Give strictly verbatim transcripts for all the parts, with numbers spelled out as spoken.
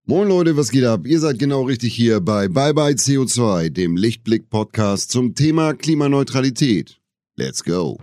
Moin Leute, was geht ab? Ihr seid genau richtig hier bei Bye Bye C O zwei, dem Lichtblick-Podcast zum Thema Klimaneutralität. Let's go!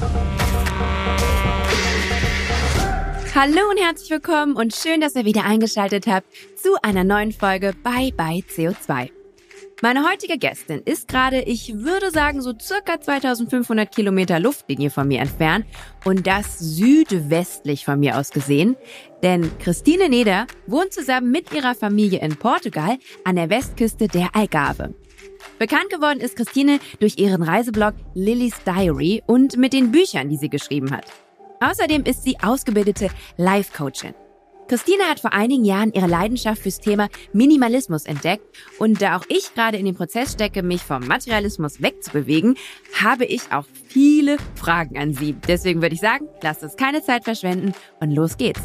Hallo und herzlich willkommen und schön, dass ihr wieder eingeschaltet habt zu einer neuen Folge Bye Bye C O zwei. Meine heutige Gästin ist gerade, ich würde sagen, so circa zweitausendfünfhundert Kilometer Luftlinie von mir entfernt und das südwestlich von mir aus gesehen. Denn Christine Neder wohnt zusammen mit ihrer Familie in Portugal an der Westküste der Algarve. Bekannt geworden ist Christine durch ihren Reiseblog Lily's Diary und mit den Büchern, die sie geschrieben hat. Außerdem ist sie ausgebildete Life-Coachin. Christine hat vor einigen Jahren ihre Leidenschaft fürs Thema Minimalismus entdeckt und da auch ich gerade in dem Prozess stecke, mich vom Materialismus wegzubewegen, habe ich auch viele Fragen an sie. Deswegen würde ich sagen, lasst uns keine Zeit verschwenden und los geht's.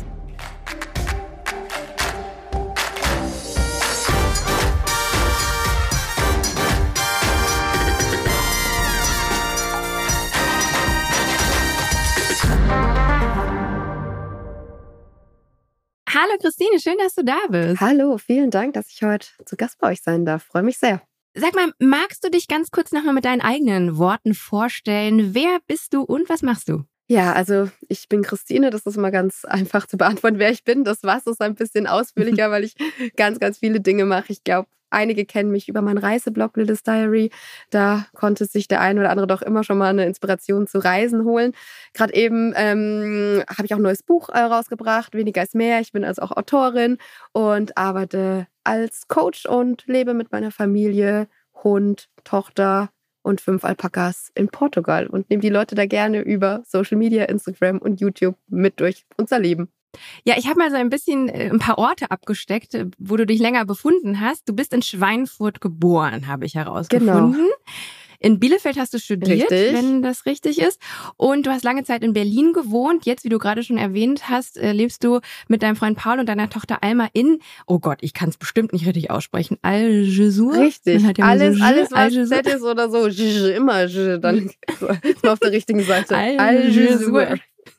Hallo Christine, schön, dass du da bist. Hallo, vielen Dank, dass ich heute zu Gast bei euch sein darf. Freue mich sehr. Sag mal, magst du dich ganz kurz nochmal mit deinen eigenen Worten vorstellen? Wer bist du und was machst du? Ja, also ich bin Christine, das ist mal ganz einfach zu beantworten, wer ich bin. Das was ist ein bisschen ausführlicher, weil ich ganz, ganz viele Dinge mache. Ich glaube, einige kennen mich über meinen Reiseblog Lily's Diary. Da konnte sich der ein oder andere doch immer schon mal eine Inspiration zu Reisen holen. Gerade eben ähm, habe ich auch ein neues Buch äh, rausgebracht, Weniger ist mehr. Ich bin also auch Autorin und arbeite als Coach und lebe mit meiner Familie, Hund, Tochter und fünf Alpakas in Portugal und nehme die Leute da gerne über Social Media, Instagram und YouTube mit durch unser Leben. Ja, ich habe mal so ein bisschen äh, ein paar Orte abgesteckt, wo du dich länger befunden hast. Du bist in Schweinfurt geboren, habe ich herausgefunden. Genau. In Bielefeld hast du studiert, Richtig. Wenn das richtig ist. Und du hast lange Zeit in Berlin gewohnt. Jetzt, wie du gerade schon erwähnt hast, äh, lebst du mit deinem Freund Paul und deiner Tochter Alma in, oh Gott, ich kann es bestimmt nicht richtig aussprechen, Algesur? Richtig. Ja Alles, so alles, was Algesur. Z ist oder so, immer, dann ist man auf der richtigen Seite. Algesur.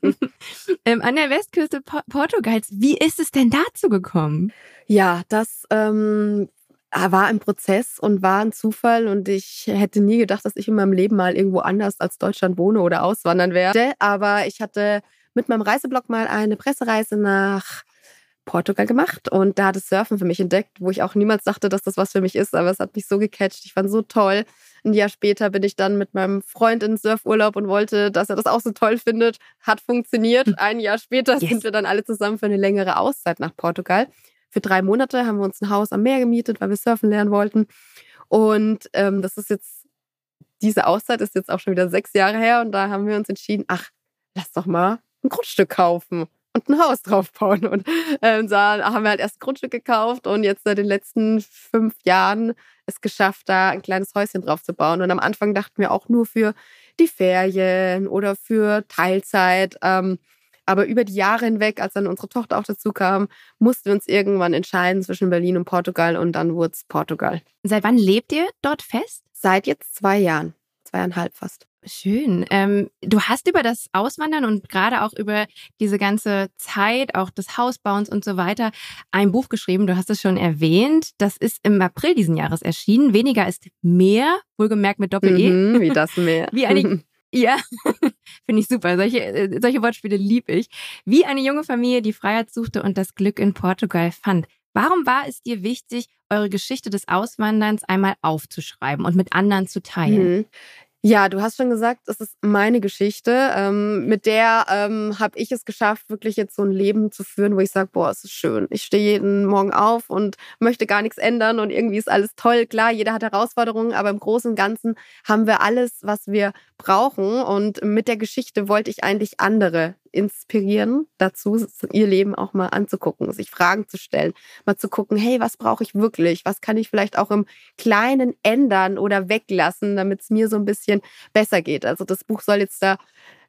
ähm, an der Westküste Por- Portugals. Wie ist es denn dazu gekommen? Ja, das ähm, war ein Prozess und war ein Zufall und ich hätte nie gedacht, dass ich in meinem Leben mal irgendwo anders als Deutschland wohne oder auswandern werde. Aber ich hatte mit meinem Reiseblog mal eine Pressereise nach Portugal gemacht und da hat das Surfen für mich entdeckt, wo ich auch niemals dachte, dass das was für mich ist, aber es hat mich so gecatcht. Ich fand es so toll. Ein Jahr später bin ich dann mit meinem Freund in Surfurlaub und wollte, dass er das auch so toll findet. Hat funktioniert. Ein Jahr später Yes. sind wir dann alle zusammen für eine längere Auszeit nach Portugal. Für drei Monate haben wir uns ein Haus am Meer gemietet, weil wir surfen lernen wollten. Und ähm, das ist jetzt, diese Auszeit ist jetzt auch schon wieder sechs Jahre her und da haben wir uns entschieden, ach, lass doch mal ein Grundstück kaufen und ein Haus draufbauen. Und ähm, da haben wir halt erst ein Grundstück gekauft und jetzt seit den letzten fünf Jahren es geschafft, da ein kleines Häuschen drauf zu bauen. Und am Anfang dachten wir auch nur für die Ferien oder für Teilzeit. Ähm, aber über die Jahre hinweg, als dann unsere Tochter auch dazu kam, mussten wir uns irgendwann entscheiden zwischen Berlin und Portugal und dann wurde es Portugal. Seit wann lebt ihr dort fest? Seit jetzt zwei Jahren, zweieinhalb fast. Schön. Ähm, du hast über das Auswandern und gerade auch über diese ganze Zeit, auch des Hausbauens und so weiter, ein Buch geschrieben. Du hast es schon erwähnt. Das ist im April diesen Jahres erschienen. Weniger ist mehr, wohlgemerkt mit Doppel-E. Mhm, wie das mehr. Wie eine, ja, finde ich super. Solche, äh, solche Wortspiele liebe ich. Wie eine junge Familie die Freiheit suchte und das Glück in Portugal fand. Warum war es dir wichtig, eure Geschichte des Auswanderns einmal aufzuschreiben und mit anderen zu teilen? Mhm. Ja, du hast schon gesagt, es ist meine Geschichte. Ähm, mit der ähm, habe ich es geschafft, wirklich jetzt so ein Leben zu führen, wo ich sage, boah, es ist schön. Ich stehe jeden Morgen auf und möchte gar nichts ändern und irgendwie ist alles toll. Klar, jeder hat Herausforderungen, aber im Großen und Ganzen haben wir alles, was wir brauchen. Und mit der Geschichte wollte ich eigentlich andere inspirieren, dazu ihr Leben auch mal anzugucken, sich Fragen zu stellen, mal zu gucken, hey, was brauche ich wirklich? Was kann ich vielleicht auch im Kleinen ändern oder weglassen, damit es mir so ein bisschen besser geht? Also das Buch soll jetzt da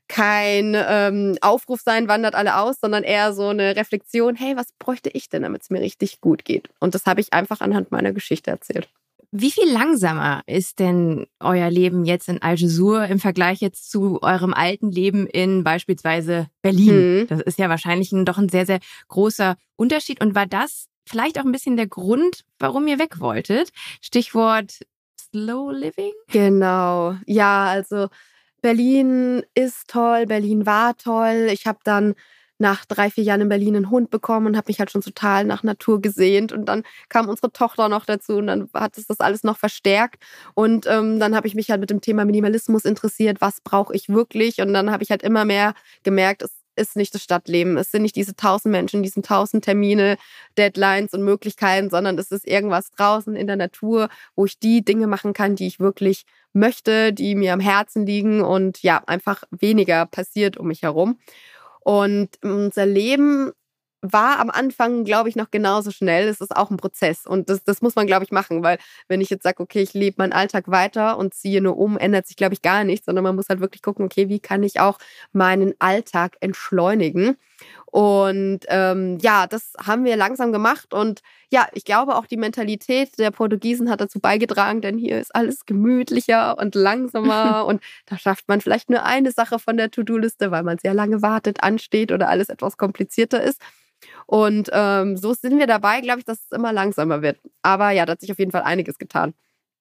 kein ähm, Aufruf sein, wandert alle aus, sondern eher so eine Reflexion, hey, was bräuchte ich denn, damit es mir richtig gut geht? Und das habe ich einfach anhand meiner Geschichte erzählt. Wie viel langsamer ist denn euer Leben jetzt in Algesur im Vergleich jetzt zu eurem alten Leben in beispielsweise Berlin? Mhm. Das ist ja wahrscheinlich ein, doch ein sehr, sehr großer Unterschied. Und war das vielleicht auch ein bisschen der Grund, warum ihr weg wolltet. Stichwort Slow Living. Genau. Ja, also Berlin ist toll, Berlin war toll. Ich habe dann nach drei, vier Jahren in Berlin einen Hund bekommen und habe mich halt schon total nach Natur gesehnt. Und dann kam unsere Tochter noch dazu und dann hat es das alles noch verstärkt. Und ähm, dann habe ich mich halt mit dem Thema Minimalismus interessiert. Was brauche ich wirklich? Und dann habe ich halt immer mehr gemerkt, es ist nicht das Stadtleben. Es sind nicht diese tausend Menschen, diese tausend Termine, Deadlines und Möglichkeiten, sondern es ist irgendwas draußen in der Natur, wo ich die Dinge machen kann, die ich wirklich möchte, die mir am Herzen liegen und ja, einfach weniger passiert um mich herum. Und unser Leben war am Anfang, glaube ich, noch genauso schnell. Es ist auch ein Prozess und das, das muss man, glaube ich, machen, weil wenn ich jetzt sage, okay, ich lebe meinen Alltag weiter und ziehe nur um, ändert sich, glaube ich, gar nichts, sondern man muss halt wirklich gucken, okay, wie kann ich auch meinen Alltag entschleunigen? Und ähm, ja, das haben wir langsam gemacht und ja, ich glaube auch die Mentalität der Portugiesen hat dazu beigetragen, denn hier ist alles gemütlicher und langsamer und da schafft man vielleicht nur eine Sache von der To-Do-Liste, weil man sehr lange wartet, ansteht oder alles etwas komplizierter ist. Und ähm, so sind wir dabei, glaube ich, dass es immer langsamer wird. Aber ja, da hat sich auf jeden Fall einiges getan.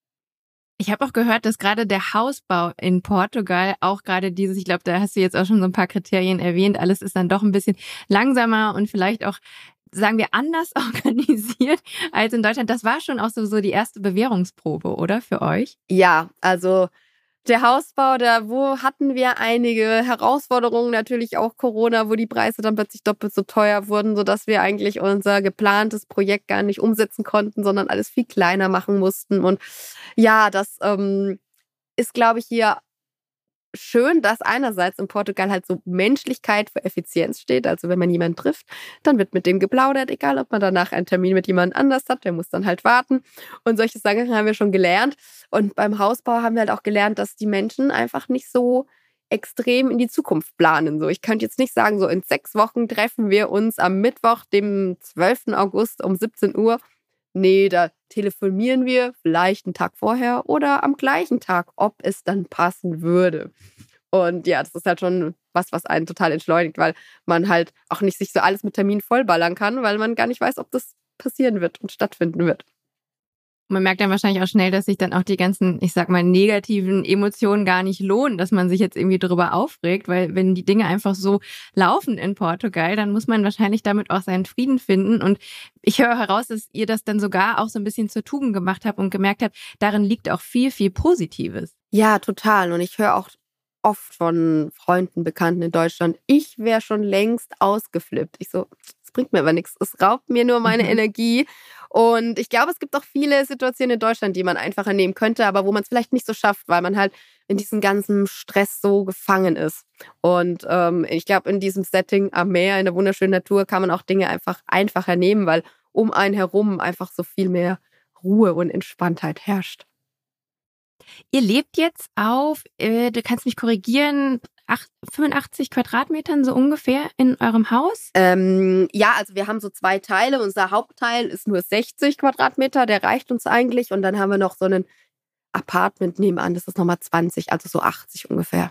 Ich habe auch gehört, dass gerade der Hausbau in Portugal auch gerade dieses, ich glaube, da hast du jetzt auch schon so ein paar Kriterien erwähnt, alles ist dann doch ein bisschen langsamer und vielleicht auch, sagen wir, anders organisiert als in Deutschland. Das war schon auch so, so die erste Bewährungsprobe, oder, für euch? Ja, also der Hausbau, da wo hatten wir einige Herausforderungen, natürlich auch Corona, wo die Preise dann plötzlich doppelt so teuer wurden, sodass wir eigentlich unser geplantes Projekt gar nicht umsetzen konnten, sondern alles viel kleiner machen mussten. Und ja, das ähm, ist, glaube ich, hier schön, dass einerseits in Portugal halt so Menschlichkeit für Effizienz steht. Also wenn man jemanden trifft, dann wird mit dem geplaudert, egal ob man danach einen Termin mit jemand anders hat, der muss dann halt warten. Und solche Sachen haben wir schon gelernt. Und beim Hausbau haben wir halt auch gelernt, dass die Menschen einfach nicht so extrem in die Zukunft planen. So, ich könnte jetzt nicht sagen, so in sechs Wochen treffen wir uns am Mittwoch, dem zwölften August um siebzehn Uhr. Nee, da telefonieren wir vielleicht einen Tag vorher oder am gleichen Tag, ob es dann passen würde. Und ja, das ist halt schon was, was einen total entschleunigt, weil man halt auch nicht sich so alles mit Terminen vollballern kann, weil man gar nicht weiß, ob das passieren wird und stattfinden wird. Man merkt dann wahrscheinlich auch schnell, dass sich dann auch die ganzen, ich sag mal, negativen Emotionen gar nicht lohnen, dass man sich jetzt irgendwie darüber aufregt, weil wenn die Dinge einfach so laufen in Portugal, dann muss man wahrscheinlich damit auch seinen Frieden finden. Und ich höre heraus, dass ihr das dann sogar auch so ein bisschen zur Tugend gemacht habt und gemerkt habt, darin liegt auch viel, viel Positives. Ja, total. Und ich höre auch oft von Freunden, Bekannten in Deutschland, ich wäre schon längst ausgeflippt. Ich so, es bringt mir aber nichts. Es raubt mir nur meine mhm. Energie. Und ich glaube, es gibt auch viele Situationen in Deutschland, die man einfacher nehmen könnte, aber wo man es vielleicht nicht so schafft, weil man halt in diesem ganzen Stress so gefangen ist. Und ähm, ich glaube, in diesem Setting am Meer, in der wunderschönen Natur, kann man auch Dinge einfach einfacher nehmen, weil um einen herum einfach so viel mehr Ruhe und Entspanntheit herrscht. Ihr lebt jetzt auf, äh, du kannst mich korrigieren, fünfundachtzig Quadratmetern so ungefähr in eurem Haus? Ähm, ja, also wir haben so zwei Teile. Unser Hauptteil ist nur sechzig Quadratmeter, der reicht uns eigentlich. Und dann haben wir noch so ein Apartment nebenan, das ist nochmal zwanzig, also so achtzig ungefähr.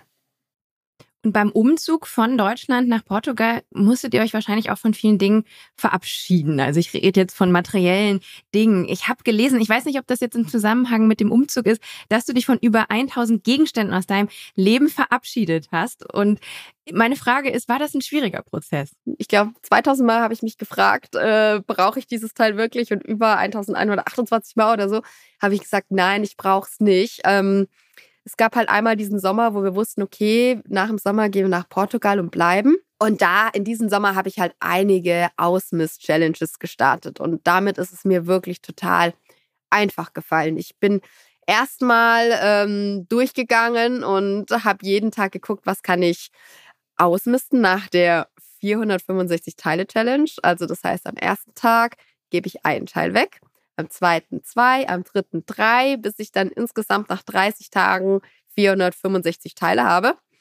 Und beim Umzug von Deutschland nach Portugal musstet ihr euch wahrscheinlich auch von vielen Dingen verabschieden. Also ich rede jetzt von materiellen Dingen. Ich habe gelesen, ich weiß nicht, ob das jetzt im Zusammenhang mit dem Umzug ist, dass du dich von über tausend Gegenständen aus deinem Leben verabschiedet hast. Und meine Frage ist, war das ein schwieriger Prozess? Ich glaube, zweitausend Mal habe ich mich gefragt, äh, brauche ich dieses Teil wirklich? Und über eintausendeinhundertachtundzwanzig Mal oder so habe ich gesagt, nein, ich brauche es nicht. Ähm, Es gab halt einmal diesen Sommer, wo wir wussten, okay, nach dem Sommer gehen wir nach Portugal und bleiben. Und da, in diesem Sommer, habe ich halt einige Ausmiss-Challenges gestartet. Und damit ist es mir wirklich total einfach gefallen. Ich bin erstmal ähm, durchgegangen und habe jeden Tag geguckt, was kann ich ausmisten nach der vierhundertfünfundsechzig-Teile-Challenge. Also das heißt, am ersten Tag gebe ich einen Teil weg. Am zweiten zwei, am dritten drei, bis ich dann insgesamt nach dreißig Tagen vierhundertfünfundsechzig Teile habe.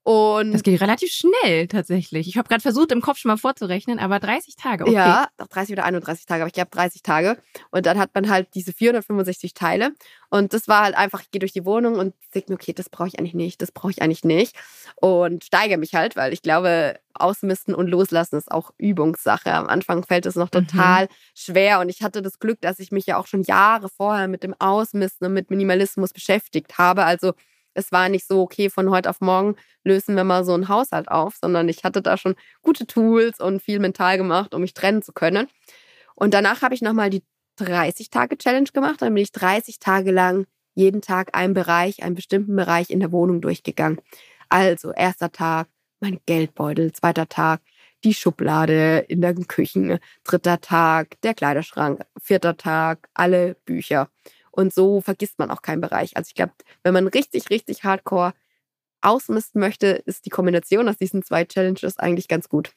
Und das geht relativ schnell tatsächlich. Ich habe gerade versucht, im Kopf schon mal vorzurechnen, aber dreißig Tage, okay. Ja, doch dreißig oder einunddreißig Tage, aber ich glaube dreißig Tage. Und dann hat man halt diese vierhundertfünfundsechzig Teile. Und das war halt einfach, ich gehe durch die Wohnung und denke mir, okay, das brauche ich eigentlich nicht, das brauche ich eigentlich nicht. Und steigere mich halt, weil ich glaube, ausmisten und loslassen ist auch Übungssache. Am Anfang fällt es noch total mhm. schwer. Und ich hatte das Glück, dass ich mich ja auch schon Jahre vorher mit dem Ausmisten und mit Minimalismus beschäftigt habe. Also es war nicht so, okay, von heute auf morgen lösen wir mal so einen Haushalt auf, sondern ich hatte da schon gute Tools und viel mental gemacht, um mich trennen zu können. Und danach habe ich nochmal die dreißig-Tage-Challenge gemacht. Dann bin ich dreißig Tage lang jeden Tag einen Bereich, einen bestimmten Bereich in der Wohnung durchgegangen. Also erster Tag mein Geldbeutel, zweiter Tag die Schublade in der Küche, dritter Tag der Kleiderschrank, vierter Tag alle Bücher. Und so vergisst man auch keinen Bereich. Also ich glaube, wenn man richtig, richtig hardcore ausmisten möchte, ist die Kombination aus diesen zwei Challenges eigentlich ganz gut.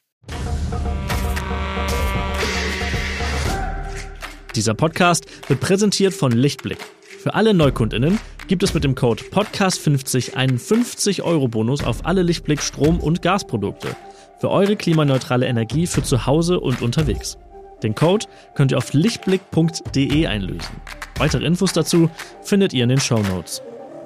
Dieser Podcast wird präsentiert von Lichtblick. Für alle NeukundInnen gibt es mit dem Code Podcast fünfzig einen fünfzig Euro Bonus auf alle Lichtblick Strom- und Gasprodukte. Für eure klimaneutrale Energie für zu Hause und unterwegs. Den Code könnt ihr auf lichtblick punkt de einlösen. Weitere Infos dazu findet ihr in den Shownotes.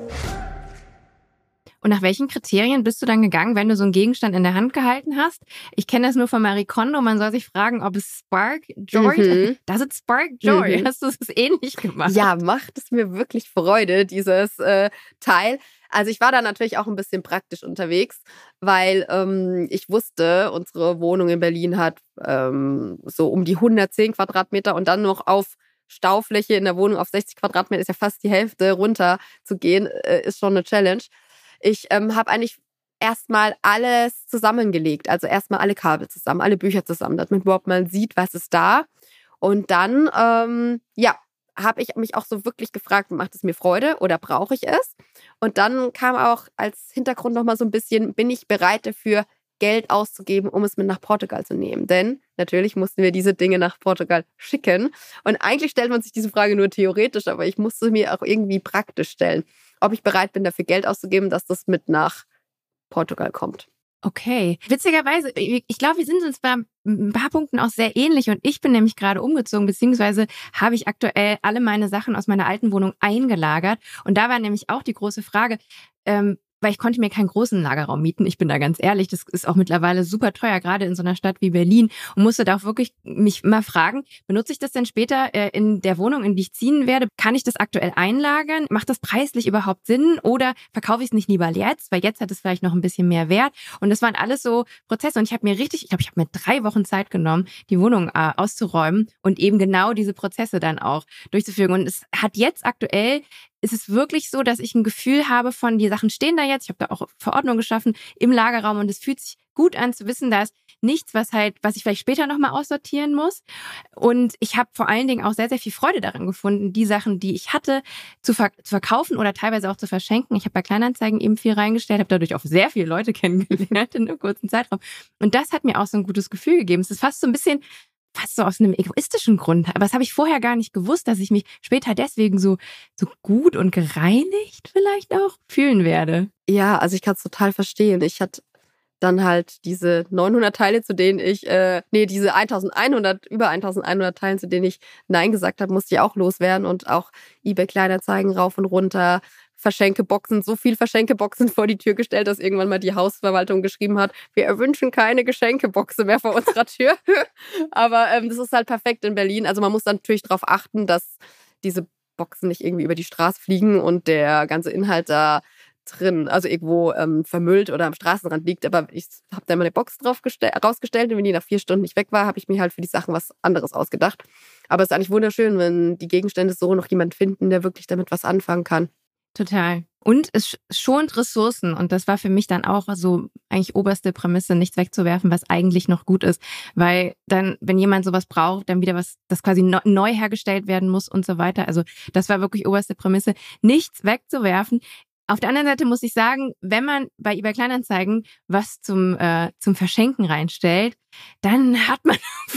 Und nach welchen Kriterien bist du dann gegangen, wenn du so einen Gegenstand in der Hand gehalten hast? Ich kenne das nur von Marie Kondo. Man soll sich fragen, ob es Spark Joy Mhm. Does it Spark Joy? Mhm. Hast du es ähnlich gemacht? Ja, macht es mir wirklich Freude, dieses äh, Teil. Also ich war da natürlich auch ein bisschen praktisch unterwegs, weil ähm, ich wusste, unsere Wohnung in Berlin hat ähm, so um die hundertzehn Quadratmeter und dann noch auf Staufläche in der Wohnung auf sechzig Quadratmeter, ist ja fast die Hälfte runter zu gehen, äh, ist schon eine Challenge. Ich ähm, habe eigentlich erstmal alles zusammengelegt, also erstmal alle Kabel zusammen, alle Bücher zusammen, damit man überhaupt mal sieht, was ist da. Und dann, ähm, ja, habe ich mich auch so wirklich gefragt, macht es mir Freude oder brauche ich es? Und dann kam auch als Hintergrund nochmal so ein bisschen, bin ich bereit dafür, Geld auszugeben, um es mit nach Portugal zu nehmen? Denn natürlich mussten wir diese Dinge nach Portugal schicken. Und eigentlich stellt man sich diese Frage nur theoretisch, aber ich musste mir auch irgendwie praktisch stellen, ob ich bereit bin, dafür Geld auszugeben, dass das mit nach Portugal kommt. Okay. Witzigerweise, ich glaube, wir sind uns bei ein paar Punkten auch sehr ähnlich und ich bin nämlich gerade umgezogen, beziehungsweise habe ich aktuell alle meine Sachen aus meiner alten Wohnung eingelagert und da war nämlich auch die große Frage, ähm, weil ich konnte mir keinen großen Lagerraum mieten. Ich bin da ganz ehrlich, das ist auch mittlerweile super teuer, gerade in so einer Stadt wie Berlin und musste da auch wirklich mich mal fragen, benutze ich das denn später äh, in der Wohnung, in die ich ziehen werde? Kann ich das aktuell einlagern? Macht das preislich überhaupt Sinn oder verkaufe ich es nicht lieber jetzt, weil jetzt hat es vielleicht noch ein bisschen mehr Wert und das waren alles so Prozesse und ich habe mir richtig, ich glaube, ich habe mir drei Wochen Zeit genommen, die Wohnung äh, auszuräumen und eben genau diese Prozesse dann auch durchzuführen und es hat jetzt aktuell ist es wirklich so, dass ich ein Gefühl habe von, die Sachen stehen da jetzt, ich habe da auch Verordnung geschaffen im Lagerraum und es fühlt sich gut an zu wissen, da ist nichts, was halt, was ich vielleicht später nochmal aussortieren muss. Und ich habe vor allen Dingen auch sehr, sehr viel Freude daran gefunden, die Sachen, die ich hatte, zu, ver- zu verkaufen oder teilweise auch zu verschenken. Ich habe bei Kleinanzeigen eben viel reingestellt, habe dadurch auch sehr viele Leute kennengelernt in einem kurzen Zeitraum. Und das hat mir auch so ein gutes Gefühl gegeben. Es ist fast so ein bisschen fast so aus einem egoistischen Grund. Aber das habe ich vorher gar nicht gewusst, dass ich mich später deswegen so, so gut und gereinigt vielleicht auch fühlen werde. Ja, also ich kann es total verstehen. Ich hatte dann halt diese neunhundert Teile, zu denen ich, äh, nee, diese eintausendeinhundert, über eintausendeinhundert Teilen, zu denen ich Nein gesagt habe, musste ich auch loswerden und auch eBay-Kleinanzeigen rauf und runter, Verschenkeboxen, so viel Verschenkeboxen vor die Tür gestellt, dass irgendwann mal die Hausverwaltung geschrieben hat, wir erwünschen keine Geschenkeboxe mehr vor unserer Tür. Aber ähm, das ist halt perfekt in Berlin. Also man muss dann natürlich darauf achten, dass diese Boxen nicht irgendwie über die Straße fliegen und der ganze Inhalt da drin, also irgendwo ähm, vermüllt oder am Straßenrand liegt. Aber ich habe da immer eine Box drauf gestell- rausgestellt und wenn die nach vier Stunden nicht weg war, habe ich mir halt für die Sachen was anderes ausgedacht. Aber es ist eigentlich wunderschön, wenn die Gegenstände so noch jemand finden, der wirklich damit was anfangen kann. Total. Und es schont Ressourcen. Und das war für mich dann auch so eigentlich oberste Prämisse, nichts wegzuwerfen, was eigentlich noch gut ist. Weil dann, wenn jemand sowas braucht, dann wieder was, das quasi neu hergestellt werden muss und so weiter. Also das war wirklich oberste Prämisse, nichts wegzuwerfen. Auf der anderen Seite muss ich sagen, wenn man bei eBay Kleinanzeigen was zum, äh, zum Verschenken reinstellt, dann hat man auf jeden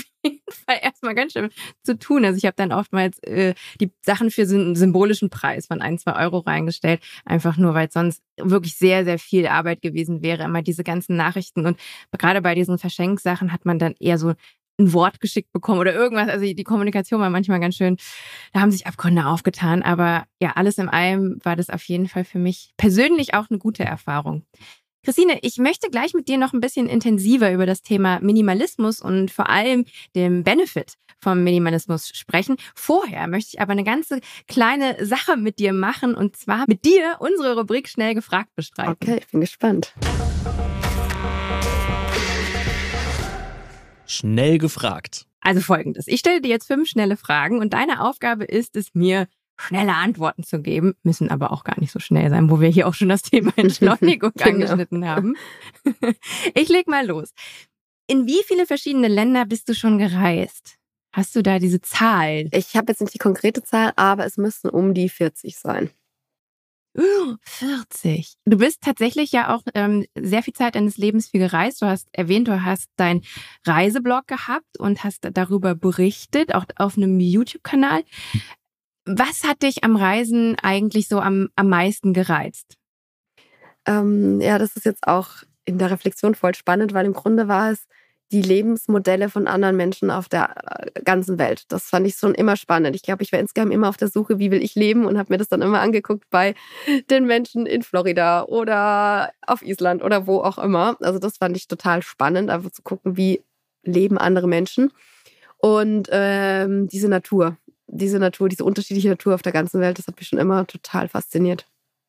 Fall erstmal ganz schön zu tun. Also ich habe dann oftmals äh, die Sachen für so einen symbolischen Preis von ein, zwei Euro reingestellt, einfach nur, weil es sonst wirklich sehr, sehr viel Arbeit gewesen wäre, immer diese ganzen Nachrichten. Und gerade bei diesen Verschenksachen hat man dann eher so ein Wort geschickt bekommen oder irgendwas. Also die Kommunikation war manchmal ganz schön, da haben sich Abgründe aufgetan. Aber ja, alles in allem war das auf jeden Fall für mich persönlich auch eine gute Erfahrung. Christine, ich möchte gleich mit dir noch ein bisschen intensiver über das Thema Minimalismus und vor allem den Benefit vom Minimalismus sprechen. Vorher möchte ich aber eine ganze kleine Sache mit dir machen und zwar mit dir unsere Rubrik Schnell gefragt bestreiten. Okay, ich bin gespannt. Schnell gefragt. Also folgendes, ich stelle dir jetzt fünf schnelle Fragen und deine Aufgabe ist es, mir schnelle Antworten zu geben, müssen aber auch gar nicht so schnell sein, wo wir hier auch schon das Thema Entschleunigung genau. angeschnitten haben. Ich leg mal los. In wie viele verschiedene Länder bist du schon gereist? Hast du da diese Zahl? Ich habe jetzt nicht die konkrete Zahl, aber es müssten um die vierzig sein. Uh, vierzig. Du bist tatsächlich ja auch ähm, sehr viel Zeit deines Lebens viel gereist. Du hast erwähnt, du hast deinen Reiseblog gehabt und hast darüber berichtet, auch auf einem YouTube-Kanal. Was hat dich am Reisen eigentlich so am, am meisten gereizt? Ähm, ja, das ist jetzt auch in der Reflexion voll spannend, weil im Grunde war es die Lebensmodelle von anderen Menschen auf der ganzen Welt. Das fand ich schon immer spannend. Ich glaube, ich war insgesamt immer auf der Suche, wie will ich leben und habe mir das dann immer angeguckt bei den Menschen in Florida oder auf Island oder wo auch immer. Also das fand ich total spannend, einfach zu gucken, wie leben andere Menschen. Und ähm, diese Natur, diese Natur, diese unterschiedliche Natur auf der ganzen Welt, das hat mich schon immer total fasziniert.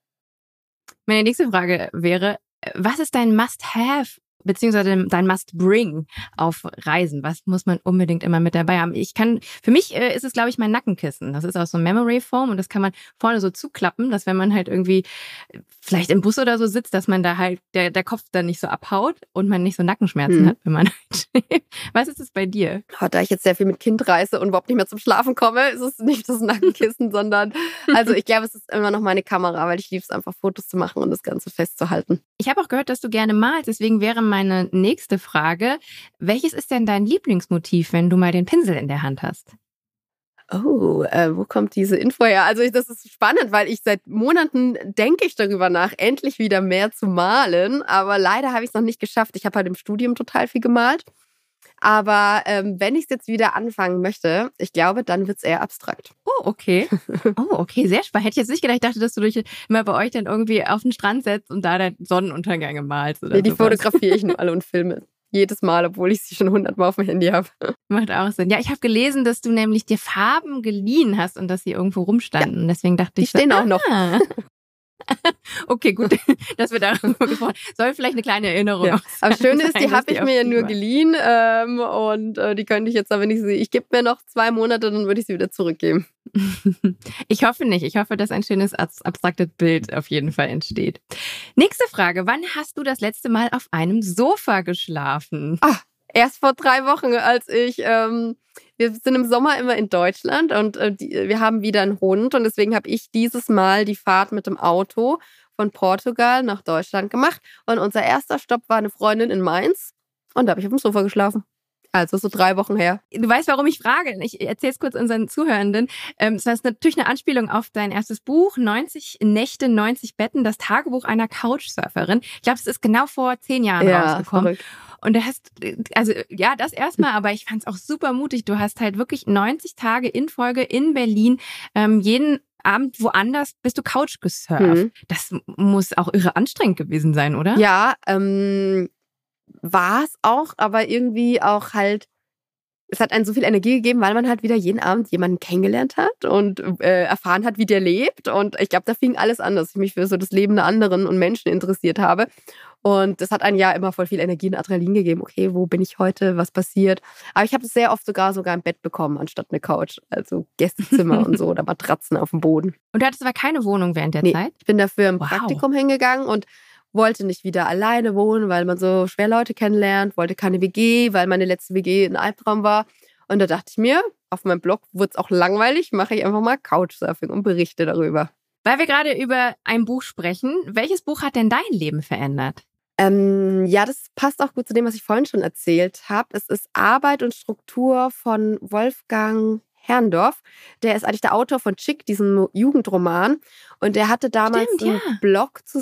Meine nächste Frage wäre, was ist dein Must-Have beziehungsweise dein Must-Bring auf Reisen? Was muss man unbedingt immer mit dabei haben? Ich kann, für mich äh, ist es, glaube ich, mein Nackenkissen. Das ist aus so Memory Foam und das kann man vorne so zuklappen, dass wenn man halt irgendwie vielleicht im Bus oder so sitzt, dass man da halt, der, der Kopf dann nicht so abhaut und man nicht so Nackenschmerzen hm. hat, wenn man halt schläft. Was ist es bei dir? Oh, da ich jetzt sehr viel mit Kind reise und überhaupt nicht mehr zum Schlafen komme, ist es nicht das Nackenkissen, sondern, also ich glaube, es ist immer noch meine Kamera, weil ich liebe es einfach, Fotos zu machen und das Ganze festzuhalten. Ich habe auch gehört, dass du gerne malst, deswegen wäre meine nächste Frage, welches ist denn dein Lieblingsmotiv, wenn du mal den Pinsel in der Hand hast? Oh, äh, wo kommt diese Info her? Also ich, das ist spannend, weil ich seit Monaten denke ich darüber nach, endlich wieder mehr zu malen, aber leider habe ich es noch nicht geschafft. Ich habe halt im Studium total viel gemalt, aber ähm, wenn ich es jetzt wieder anfangen möchte, ich glaube, dann wird es eher abstrakt. Oh, okay. Oh, okay, sehr spannend. Hätte ich jetzt nicht gedacht, ich dachte, dass du dich immer bei euch dann irgendwie auf den Strand setzt und da dann Sonnenuntergänge malst oder nee, die sowas. Fotografiere ich nur alle und filme. Jedes Mal, obwohl ich sie schon hundertmal auf dem Handy habe. Macht auch Sinn. Ja, ich habe gelesen, dass du nämlich dir Farben geliehen hast und dass sie irgendwo rumstanden. Ja, deswegen dachte die ich, die stehen so, auch noch. Okay, gut, dass wir darüber gesprochen haben. Soll vielleicht eine kleine Erinnerung ja. Aber das Schöne ist, die habe ich mir ja nur war. geliehen ähm, und äh, die könnte ich jetzt aber nicht sehen. Ich gebe mir noch zwei Monate, dann würde ich sie wieder zurückgeben. Ich hoffe nicht. Ich hoffe, dass ein schönes abstraktes Bild auf jeden Fall entsteht. Nächste Frage. Wann hast du das letzte Mal auf einem Sofa geschlafen? Ach, erst vor drei Wochen, als ich... Ähm, wir sind im Sommer immer in Deutschland und äh, die, wir haben wieder einen Hund und deswegen habe ich dieses Mal die Fahrt mit dem Auto von Portugal nach Deutschland gemacht und unser erster Stopp war eine Freundin in Mainz und da habe ich auf dem Sofa geschlafen. Also so drei Wochen her. Du weißt, warum ich frage. Ich erzähle es kurz unseren Zuhörenden. Das ist natürlich eine Anspielung auf dein erstes Buch, neunzig Nächte, neunzig Betten, das Tagebuch einer Couchsurferin. Ich glaube, es ist genau vor zehn Jahren ja, rausgekommen. Verrückt. Und du hast, also ja, das erstmal, aber ich fand es auch super mutig. Du hast halt wirklich neunzig Tage in Folge in Berlin, ähm, jeden Abend woanders bist du Couch gesurft. Mhm. Das muss auch irre anstrengend gewesen sein, oder? Ja, ähm, war es auch, aber irgendwie auch halt, es hat einen so viel Energie gegeben, weil man halt wieder jeden Abend jemanden kennengelernt hat und äh, erfahren hat, wie der lebt. Und ich glaube, da fing alles an, dass ich mich für so das Leben der anderen und Menschen interessiert habe. Und das hat einem ja immer voll viel Energie und Adrenalin gegeben. Okay, wo bin ich heute? Was passiert? Aber ich habe es sehr oft sogar sogar im Bett bekommen, anstatt eine Couch. Also Gästezimmer und so oder Matratzen auf dem Boden. Und du hattest aber keine Wohnung während der nee, Zeit? Ich bin dafür im wow. Praktikum hingegangen und wollte nicht wieder alleine wohnen, weil man so schwer Leute kennenlernt. Wollte keine W G, weil meine letzte W G ein Albtraum war. Und da dachte ich mir, auf meinem Blog wird es auch langweilig, mache ich einfach mal Couchsurfing und berichte darüber. Weil wir gerade über ein Buch sprechen, welches Buch hat denn dein Leben verändert? Ähm, ja, das passt auch gut zu dem, was ich vorhin schon erzählt habe. Es ist Arbeit und Struktur von Wolfgang Herrndorf. Der ist eigentlich der Autor von Chick, diesem Jugendroman. Und der hatte damals Stimmt, einen ja. Blog zu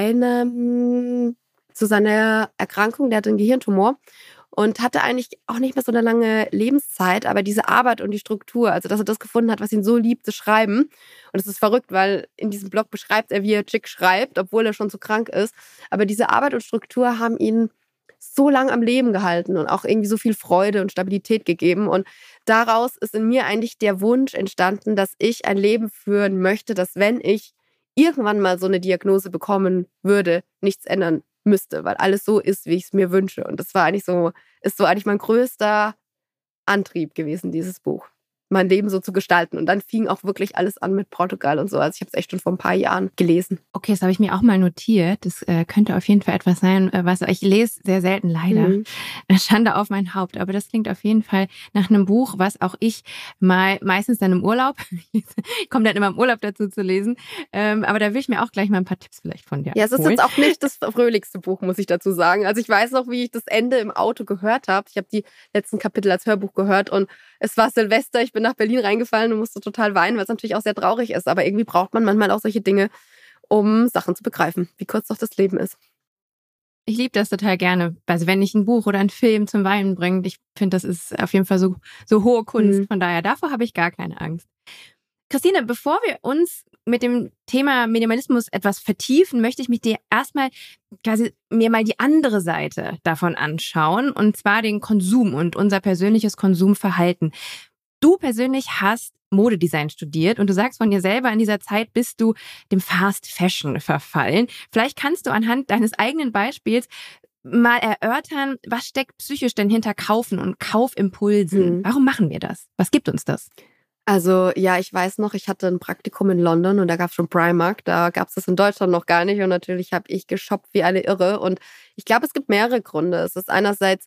seinem, zu seiner Erkrankung. Der hatte einen Gehirntumor und hatte eigentlich auch nicht mehr so eine lange Lebenszeit, aber diese Arbeit und die Struktur, also dass er das gefunden hat, was ihn so liebt, zu schreiben. Und es ist verrückt, weil in diesem Blog beschreibt er, wie er Chick schreibt, obwohl er schon so krank ist. Aber diese Arbeit und Struktur haben ihn so lang am Leben gehalten und auch irgendwie so viel Freude und Stabilität gegeben. Und daraus ist in mir eigentlich der Wunsch entstanden, dass ich ein Leben führen möchte, dass, wenn ich irgendwann mal so eine Diagnose bekommen würde, nichts ändern müsste, weil alles so ist, wie ich es mir wünsche. Und das war eigentlich so, ist so eigentlich mein größter Antrieb gewesen, dieses Buch. Mein Leben so zu gestalten. Und dann fing auch wirklich alles an mit Portugal und so. Also ich habe es echt schon vor ein paar Jahren gelesen. Okay, das habe ich mir auch mal notiert. Das äh, könnte auf jeden Fall etwas sein, äh, was ich lese sehr selten leider. Mhm. Schande auf mein Haupt. Aber das klingt auf jeden Fall nach einem Buch, was auch ich mal meistens dann im Urlaub, ich komme dann immer im Urlaub dazu zu lesen, ähm, aber da will ich mir auch gleich mal ein paar Tipps vielleicht von dir Ja, es ist holen. jetzt auch nicht das fröhlichste Buch, muss ich dazu sagen. Also ich weiß noch, wie ich das Ende im Auto gehört habe. Ich habe die letzten Kapitel als Hörbuch gehört und es war Silvester. Ich bin nach Berlin reingefallen und musste total weinen, weil es natürlich auch sehr traurig ist. Aber irgendwie braucht man manchmal auch solche Dinge, um Sachen zu begreifen, wie kurz doch das Leben ist. Ich liebe das total gerne. Also wenn ich ein Buch oder einen Film zum Weinen bringt, ich finde, das ist auf jeden Fall so, so hohe Kunst. Mhm. Von daher, davor habe ich gar keine Angst. Christine, bevor wir uns mit dem Thema Minimalismus etwas vertiefen, möchte ich mich dir erstmal quasi mir mal die andere Seite davon anschauen, und zwar den Konsum und unser persönliches Konsumverhalten. Du persönlich hast Modedesign studiert und du sagst von dir selber, in dieser Zeit bist du dem Fast Fashion verfallen. Vielleicht kannst du anhand deines eigenen Beispiels mal erörtern, was steckt psychisch denn hinter Kaufen und Kaufimpulsen? Mhm. Warum machen wir das? Was gibt uns das? Also ja, ich weiß noch, ich hatte ein Praktikum in London und da gab es schon Primark. Da gab es das in Deutschland noch gar nicht und natürlich habe ich geshoppt wie eine Irre. Und ich glaube, es gibt mehrere Gründe. Es ist einerseits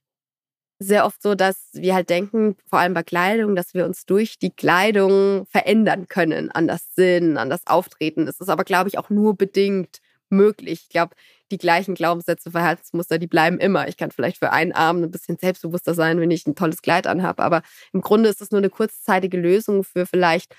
sehr oft so, dass wir halt denken, vor allem bei Kleidung, dass wir uns durch die Kleidung verändern können, an das Sinn, an das Auftreten. Es ist aber, glaube ich, auch nur bedingt möglich. Ich glaube, die gleichen Glaubenssätze, Verhaltensmuster, die bleiben immer. Ich kann vielleicht für einen Abend ein bisschen selbstbewusster sein, wenn ich ein tolles Kleid anhabe, aber im Grunde ist es nur eine kurzzeitige Lösung für vielleicht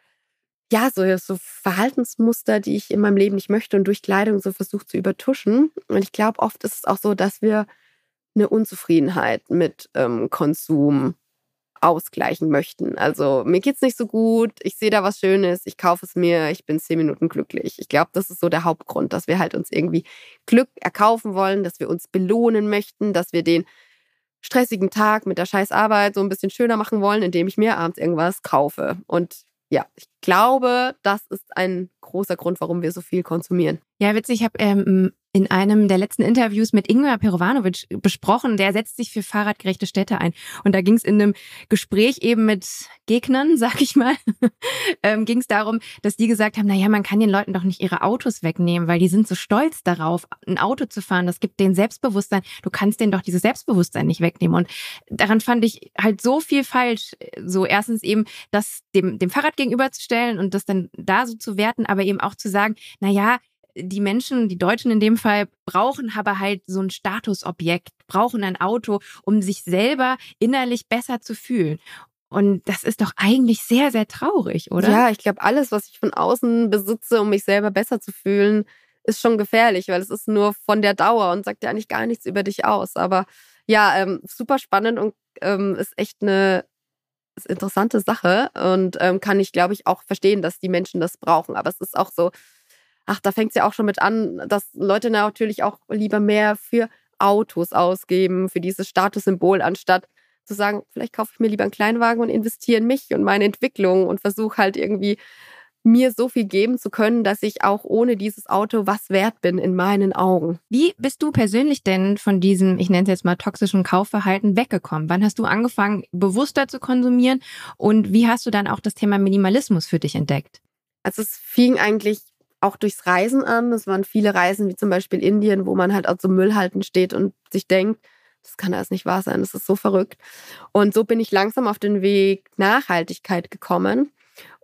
ja so, so Verhaltensmuster, die ich in meinem Leben nicht möchte und durch Kleidung so versuche zu übertuschen. Und ich glaube, oft ist es auch so, dass wir eine Unzufriedenheit mit ähm, Konsum ausgleichen möchten. Also mir geht's nicht so gut, ich sehe da was Schönes, ich kaufe es mir, ich bin zehn Minuten glücklich. Ich glaube, das ist so der Hauptgrund, dass wir halt uns irgendwie Glück erkaufen wollen, dass wir uns belohnen möchten, dass wir den stressigen Tag mit der scheiß Arbeit so ein bisschen schöner machen wollen, indem ich mir abends irgendwas kaufe. Und ja, ich glaube, das ist ein großer Grund, warum wir so viel konsumieren. Ja, witzig, ich habe ähm, in einem der letzten Interviews mit Ingmar Perovanovic besprochen, der setzt sich für fahrradgerechte Städte ein. Und da ging es in einem Gespräch eben mit Gegnern, sag ich mal, ähm, ging es darum, dass die gesagt haben, naja, man kann den Leuten doch nicht ihre Autos wegnehmen, weil die sind so stolz darauf, ein Auto zu fahren. Das gibt denen Selbstbewusstsein. Du kannst denen doch dieses Selbstbewusstsein nicht wegnehmen. Und daran fand ich halt so viel falsch. So erstens eben das dem, dem Fahrrad gegenüberzustellen und das dann da so zu werten, aber eben auch zu sagen, naja, die Menschen, die Deutschen in dem Fall, brauchen aber halt so ein Statusobjekt, brauchen ein Auto, um sich selber innerlich besser zu fühlen. Und das ist doch eigentlich sehr, sehr traurig, oder? Ja, ich glaube, alles, was ich von außen besitze, um mich selber besser zu fühlen, ist schon gefährlich, weil es ist nur von der Dauer und sagt ja eigentlich gar nichts über dich aus. Aber ja, ähm, super spannend und ähm, ist echt eine ist interessante Sache und ähm, kann ich, glaube ich, auch verstehen, dass die Menschen das brauchen. Aber es ist auch so, ach, da fängt es ja auch schon mit an, dass Leute natürlich auch lieber mehr für Autos ausgeben, für dieses Statussymbol, anstatt zu sagen, vielleicht kaufe ich mir lieber einen Kleinwagen und investiere in mich und meine Entwicklung und versuche halt irgendwie mir so viel geben zu können, dass ich auch ohne dieses Auto was wert bin in meinen Augen. Wie bist du persönlich denn von diesem, ich nenne es jetzt mal toxischen Kaufverhalten, weggekommen? Wann hast du angefangen, bewusster zu konsumieren und wie hast du dann auch das Thema Minimalismus für dich entdeckt? Also es fing eigentlich auch durchs Reisen an. Es waren viele Reisen, wie zum Beispiel Indien, wo man halt auf so Müllhalden steht und sich denkt, das kann alles nicht wahr sein, das ist so verrückt. Und so bin ich langsam auf den Weg Nachhaltigkeit gekommen.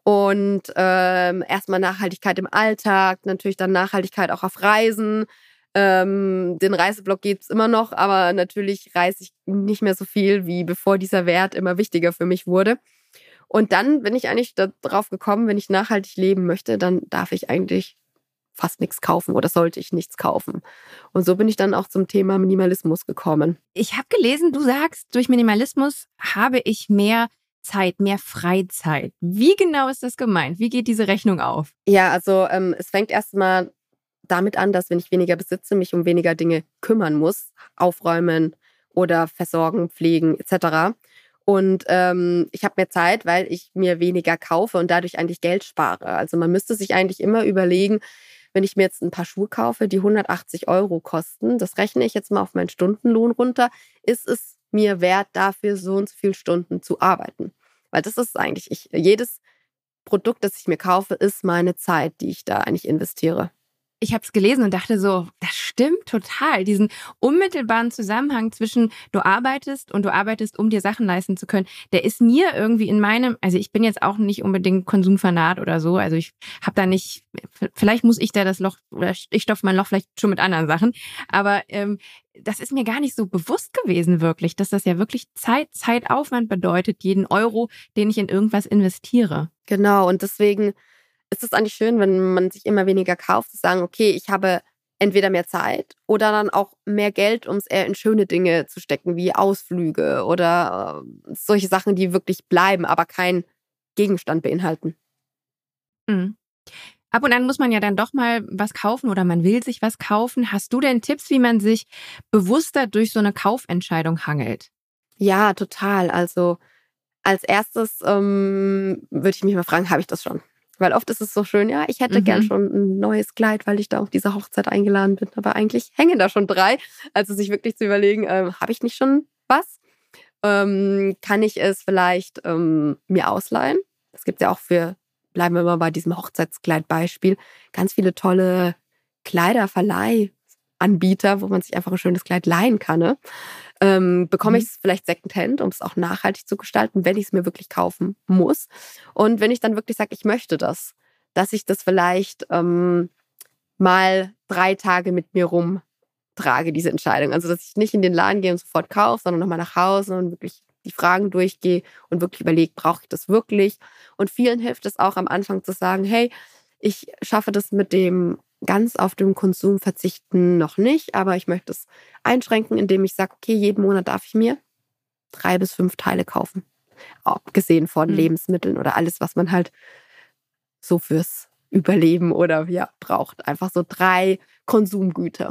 Und ähm, erstmal Nachhaltigkeit im Alltag, natürlich dann Nachhaltigkeit auch auf Reisen. Ähm, den Reiseblock gibt's immer noch, aber natürlich reise ich nicht mehr so viel, wie bevor dieser Wert immer wichtiger für mich wurde. Und dann bin ich eigentlich darauf gekommen, wenn ich nachhaltig leben möchte, dann darf ich eigentlich fast nichts kaufen oder sollte ich nichts kaufen. Und so bin ich dann auch zum Thema Minimalismus gekommen. Ich habe gelesen, du sagst, durch Minimalismus habe ich mehr Zeit, mehr Freizeit. Wie genau ist das gemeint? Wie geht diese Rechnung auf? Ja, also ähm, es fängt erstmal damit an, dass wenn ich weniger besitze, mich um weniger Dinge kümmern muss, aufräumen oder versorgen, pflegen et cetera. Und ähm, ich habe mehr Zeit, weil ich mir weniger kaufe und dadurch eigentlich Geld spare. Also man müsste sich eigentlich immer überlegen, wenn ich mir jetzt ein paar Schuhe kaufe, die hundertachtzig Euro kosten, das rechne ich jetzt mal auf meinen Stundenlohn runter, ist es mir wert, dafür so und so viele Stunden zu arbeiten. Weil das ist eigentlich, ich, jedes Produkt, das ich mir kaufe, ist meine Zeit, die ich da eigentlich investiere. Ich habe es gelesen und dachte so, das stimmt total. Diesen unmittelbaren Zusammenhang zwischen du arbeitest und du arbeitest, um dir Sachen leisten zu können, der ist mir irgendwie in meinem, also ich bin jetzt auch nicht unbedingt Konsumfanat oder so, also ich habe da nicht, vielleicht muss ich da das Loch, oder ich stopfe mein Loch vielleicht schon mit anderen Sachen, aber ähm, das ist mir gar nicht so bewusst gewesen wirklich, dass das ja wirklich Zeit, Zeitaufwand bedeutet, jeden Euro, den ich in irgendwas investiere. Genau, und deswegen ist es eigentlich schön, wenn man sich immer weniger kauft, zu sagen, okay, ich habe entweder mehr Zeit oder dann auch mehr Geld, um es eher in schöne Dinge zu stecken, wie Ausflüge oder äh, solche Sachen, die wirklich bleiben, aber keinen Gegenstand beinhalten. Mhm. Ab und an muss man ja dann doch mal was kaufen oder man will sich was kaufen. Hast du denn Tipps, wie man sich bewusster durch so eine Kaufentscheidung hangelt? Ja, total. Also als erstes ähm, würde ich mich mal fragen, habe ich das schon? Weil oft ist es so schön, ja, ich hätte mhm. gern schon ein neues Kleid, weil ich da auf diese Hochzeit eingeladen bin. Aber eigentlich hängen da schon drei. Also sich wirklich zu überlegen, ähm, habe ich nicht schon was? Ähm, kann ich es vielleicht ähm, mir ausleihen? Das gibt es ja auch für, bleiben wir mal bei diesem Hochzeitskleid-Beispiel, ganz viele tolle Kleiderverleihanbieter, wo man sich einfach ein schönes Kleid leihen kann. Ne? Ähm, bekomme ich es vielleicht Secondhand, um es auch nachhaltig zu gestalten, wenn ich es mir wirklich kaufen muss. Und wenn ich dann wirklich sage, ich möchte das, dass ich das vielleicht ähm, mal drei Tage mit mir rumtrage, diese Entscheidung. Also, dass ich nicht in den Laden gehe und sofort kaufe, sondern nochmal nach Hause und wirklich die Fragen durchgehe und wirklich überlege, brauche ich das wirklich? Und vielen hilft es auch am Anfang zu sagen, hey, ich schaffe das mit dem ganz auf den Konsum verzichten noch nicht, aber ich möchte es einschränken, indem ich sage, okay, jeden Monat darf ich mir drei bis fünf Teile kaufen. Abgesehen von mhm. Lebensmitteln oder alles, was man halt so fürs Überleben oder ja braucht. Einfach so drei Konsumgüter.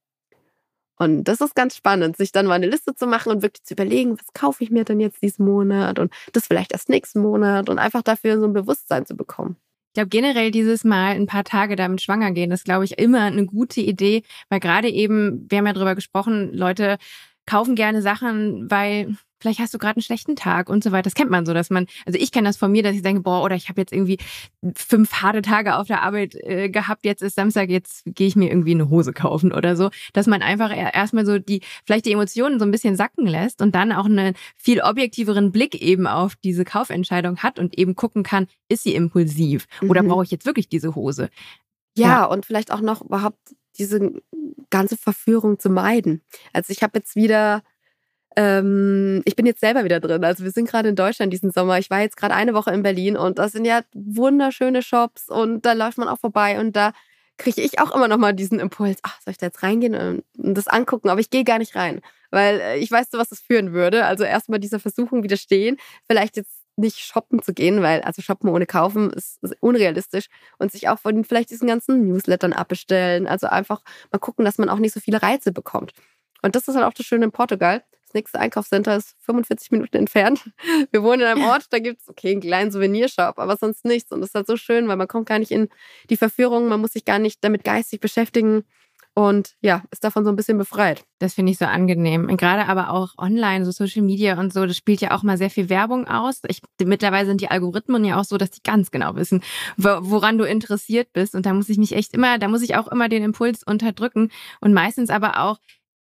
Und das ist ganz spannend, sich dann mal eine Liste zu machen und wirklich zu überlegen, was kaufe ich mir denn jetzt diesen Monat und das vielleicht erst nächsten Monat und einfach dafür so ein Bewusstsein zu bekommen. Ich glaube, generell dieses Mal ein paar Tage damit schwanger gehen, das glaube ich immer eine gute Idee, weil gerade eben, wir haben ja drüber gesprochen, Leute kaufen gerne Sachen, weil vielleicht hast du gerade einen schlechten Tag und so weiter. Das kennt man so, dass man, also ich kenne das von mir, dass ich denke, boah, oder ich habe jetzt irgendwie fünf harte Tage auf der Arbeit äh, gehabt, jetzt ist Samstag, jetzt gehe ich mir irgendwie eine Hose kaufen oder so, dass man einfach erstmal so die, vielleicht die Emotionen so ein bisschen sacken lässt und dann auch einen viel objektiveren Blick eben auf diese Kaufentscheidung hat und eben gucken kann, ist sie impulsiv oder mhm. brauche ich jetzt wirklich diese Hose? Ja, ja, und vielleicht auch noch überhaupt diese ganze Verführung zu meiden. Also ich habe jetzt wieder Ähm, ich bin jetzt selber wieder drin. Also wir sind gerade in Deutschland diesen Sommer. Ich war jetzt gerade eine Woche in Berlin und das sind ja wunderschöne Shops und da läuft man auch vorbei und da kriege ich auch immer noch mal diesen Impuls, ach, soll ich da jetzt reingehen und das angucken? Aber ich gehe gar nicht rein, weil ich weiß, zu was das führen würde. Also erstmal dieser Versuchung widerstehen, vielleicht jetzt nicht shoppen zu gehen, weil also shoppen ohne kaufen ist, ist unrealistisch und sich auch von vielleicht diesen ganzen Newslettern abbestellen. Also einfach mal gucken, dass man auch nicht so viele Reize bekommt. Und das ist halt auch das Schöne in Portugal. Das nächste Einkaufscenter ist fünfundvierzig Minuten entfernt. Wir wohnen in einem Ort, da gibt es okay einen kleinen Souvenirshop, aber sonst nichts. Und das ist halt so schön, weil man kommt gar nicht in die Verführung, man muss sich gar nicht damit geistig beschäftigen und ja, ist davon so ein bisschen befreit. Das finde ich so angenehm. Und gerade aber auch online, so Social Media und so, das spielt ja auch mal sehr viel Werbung aus. Ich, mittlerweile sind die Algorithmen ja auch so, dass die ganz genau wissen, woran du interessiert bist. Und da muss ich mich echt immer, da muss ich auch immer den Impuls unterdrücken und meistens aber auch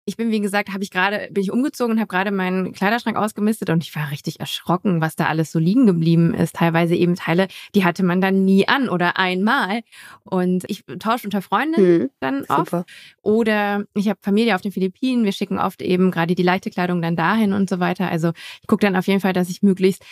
ich bin, wie gesagt, habe ich gerade, bin ich umgezogen und habe gerade meinen Kleiderschrank ausgemistet und ich war richtig erschrocken, was da alles so liegen geblieben ist. Teilweise eben Teile, die hatte man dann nie an oder einmal. Und ich tausche unter Freundinnen hm, dann oft. Super. Oder ich habe Familie auf den Philippinen. Wir schicken oft eben gerade die leichte Kleidung dann dahin und so weiter. Also ich gucke dann auf jeden Fall, dass ich möglichst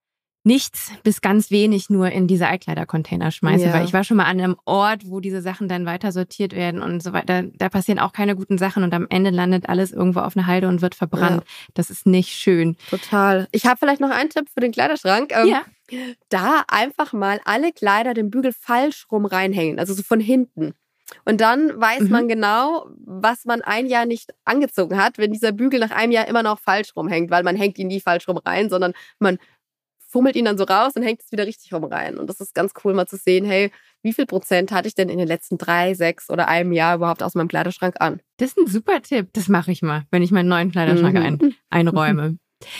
nichts bis ganz wenig nur in diese Altkleidercontainer schmeiße, ja. Weil ich war schon mal an einem Ort, wo diese Sachen dann weiter sortiert werden und so weiter. Da passieren auch keine guten Sachen und am Ende landet alles irgendwo auf einer Halde und wird verbrannt. Ja. Das ist nicht schön. Total. Ich habe vielleicht noch einen Tipp für den Kleiderschrank. Ähm, ja. Da einfach mal alle Kleider den Bügel falsch rum reinhängen, also so von hinten. Und dann weiß mhm. man genau, was man ein Jahr nicht angezogen hat, wenn dieser Bügel nach einem Jahr immer noch falsch rumhängt, weil man hängt ihn nie falsch rum rein, sondern man fummelt ihn dann so raus und hängt es wieder richtig rum rein. Und das ist ganz cool, mal zu sehen, hey, wie viel Prozent hatte ich denn in den letzten drei, sechs oder einem Jahr überhaupt aus meinem Kleiderschrank an? Das ist ein super Tipp. Das mache ich mal, wenn ich meinen neuen Kleiderschrank mhm. ein, einräume.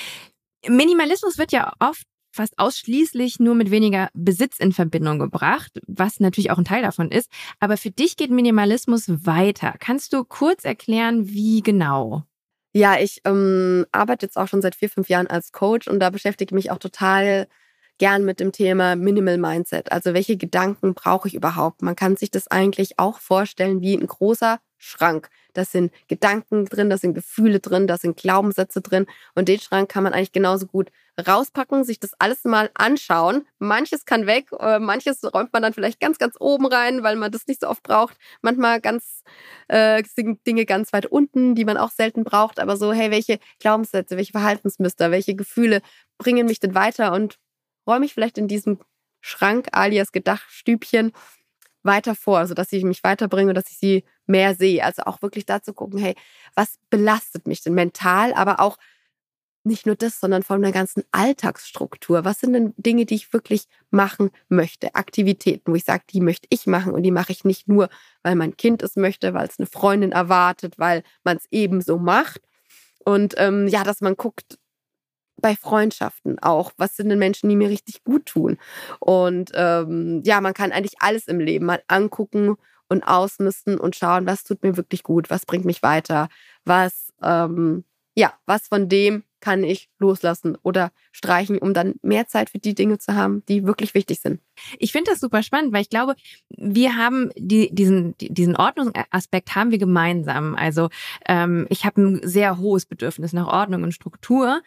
Minimalismus wird ja oft fast ausschließlich nur mit weniger Besitz in Verbindung gebracht, was natürlich auch ein Teil davon ist. Aber für dich geht Minimalismus weiter. Kannst du kurz erklären, wie genau? Ja, ich ähm, arbeite jetzt auch schon seit vier, fünf Jahren als Coach und da beschäftige ich mich auch total gern mit dem Thema Minimal Mindset. Also welche Gedanken brauche ich überhaupt? Man kann sich das eigentlich auch vorstellen wie ein großer Schrank. Da sind Gedanken drin, da sind Gefühle drin, da sind Glaubenssätze drin und den Schrank kann man eigentlich genauso gut rauspacken, sich das alles mal anschauen. Manches kann weg, manches räumt man dann vielleicht ganz, ganz oben rein, weil man das nicht so oft braucht. Manchmal ganz äh, sind Dinge ganz weit unten, die man auch selten braucht. Aber so, hey, welche Glaubenssätze, welche Verhaltensmuster, welche Gefühle bringen mich denn weiter und räume ich vielleicht in diesem Schrank alias Gedachtstübchen weiter vor, sodass ich mich weiterbringe und dass ich sie mehr sehe. Also auch wirklich dazu gucken, hey, was belastet mich denn mental, aber auch nicht nur das, sondern von der ganzen Alltagsstruktur. Was sind denn Dinge, die ich wirklich machen möchte? Aktivitäten, wo ich sage, die möchte ich machen und die mache ich nicht nur, weil mein Kind es möchte, weil es eine Freundin erwartet, weil man es eben so macht. Und ähm, ja, dass man guckt, bei Freundschaften auch, was sind denn Menschen, die mir richtig gut tun? Und ähm, ja, man kann eigentlich alles im Leben mal angucken und ausmisten und schauen, was tut mir wirklich gut, was bringt mich weiter, was, ähm, ja, was von dem kann ich loslassen oder streichen, um dann mehr Zeit für die Dinge zu haben, die wirklich wichtig sind. Ich finde das super spannend, weil ich glaube, wir haben die, diesen, diesen Ordnungsaspekt haben wir gemeinsam. Also ähm, ich habe ein sehr hohes Bedürfnis nach Ordnung und Struktur.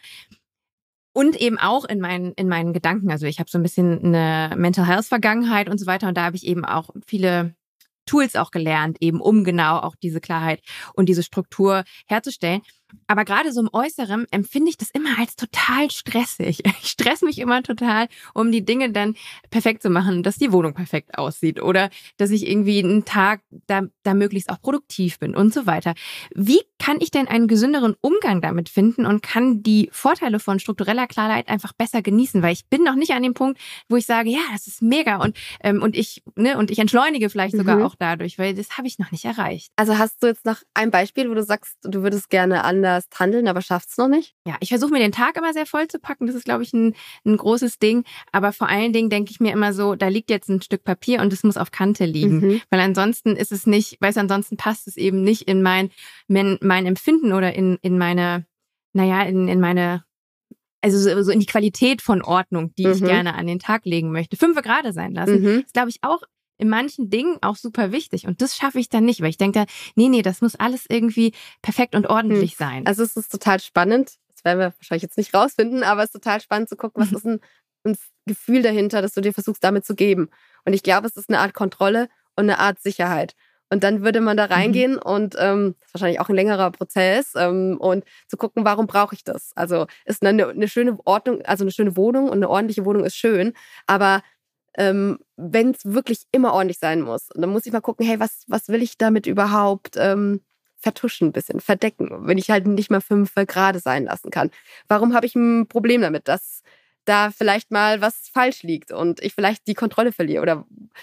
Und eben auch in meinen, in meinen Gedanken. Also ich habe so ein bisschen eine Mental Health Vergangenheit und so weiter. Und da habe ich eben auch viele Tools auch gelernt, eben um genau auch diese Klarheit und diese Struktur herzustellen. Aber gerade so im Äußeren empfinde ich das immer als total stressig. Ich stress mich immer total, um die Dinge dann perfekt zu machen, dass die Wohnung perfekt aussieht oder dass ich irgendwie einen Tag da, da möglichst auch produktiv bin und so weiter. Wie kann ich denn einen gesünderen Umgang damit finden und kann die Vorteile von struktureller Klarheit einfach besser genießen? Weil ich bin noch nicht an dem Punkt, wo ich sage, ja, das ist mega und ähm, und ich ne und ich entschleunige vielleicht sogar mhm. auch dadurch, weil das habe ich noch nicht erreicht. Also hast du jetzt noch ein Beispiel, wo du sagst, du würdest gerne anders handeln, aber schaffst es noch nicht? Ja, ich versuche mir den Tag immer sehr voll zu packen. Das ist, glaube ich, ein, ein großes Ding. Aber vor allen Dingen denke ich mir immer so, da liegt jetzt ein Stück Papier und es muss auf Kante liegen. Mhm. Weil ansonsten ist es nicht, weil ansonsten passt es eben nicht in mein, mein, mein Empfinden oder in, in meine, naja, in, in meine, also so, so in die Qualität von Ordnung, die mhm. ich gerne an den Tag legen möchte. Fünfe gerade sein lassen. Mhm. Das glaube ich auch in manchen Dingen auch super wichtig. Und das schaffe ich dann nicht, weil ich denke, nee, nee, das muss alles irgendwie perfekt und ordentlich hm. sein. Also es ist total spannend. Das werden wir wahrscheinlich jetzt nicht rausfinden, aber es ist total spannend zu gucken, was ist ein, ein Gefühl dahinter, das du dir versuchst damit zu geben. Und ich glaube, es ist eine Art Kontrolle und eine Art Sicherheit. Und dann würde man da reingehen mhm. und ähm, das ist wahrscheinlich auch ein längerer Prozess ähm, und zu gucken, warum brauche ich das? Also ist eine, eine schöne Ordnung, also eine schöne Wohnung und eine ordentliche Wohnung ist schön, aber Ähm, wenn es wirklich immer ordentlich sein muss. Und dann muss ich mal gucken, hey, was, was will ich damit überhaupt ähm, vertuschen, ein bisschen, verdecken, wenn ich halt nicht mal fünf gerade sein lassen kann. Warum habe ich ein Problem damit, dass da vielleicht mal was falsch liegt und ich vielleicht die Kontrolle verliere? Oder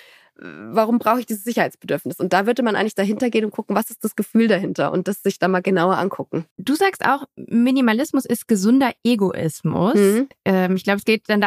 warum brauche ich dieses Sicherheitsbedürfnis? Und da würde man eigentlich dahinter gehen und gucken, was ist das Gefühl dahinter und das sich dann mal genauer angucken. Du sagst auch, Minimalismus ist gesunder Egoismus. Mhm. Ähm, ich glaube, es geht dann darum,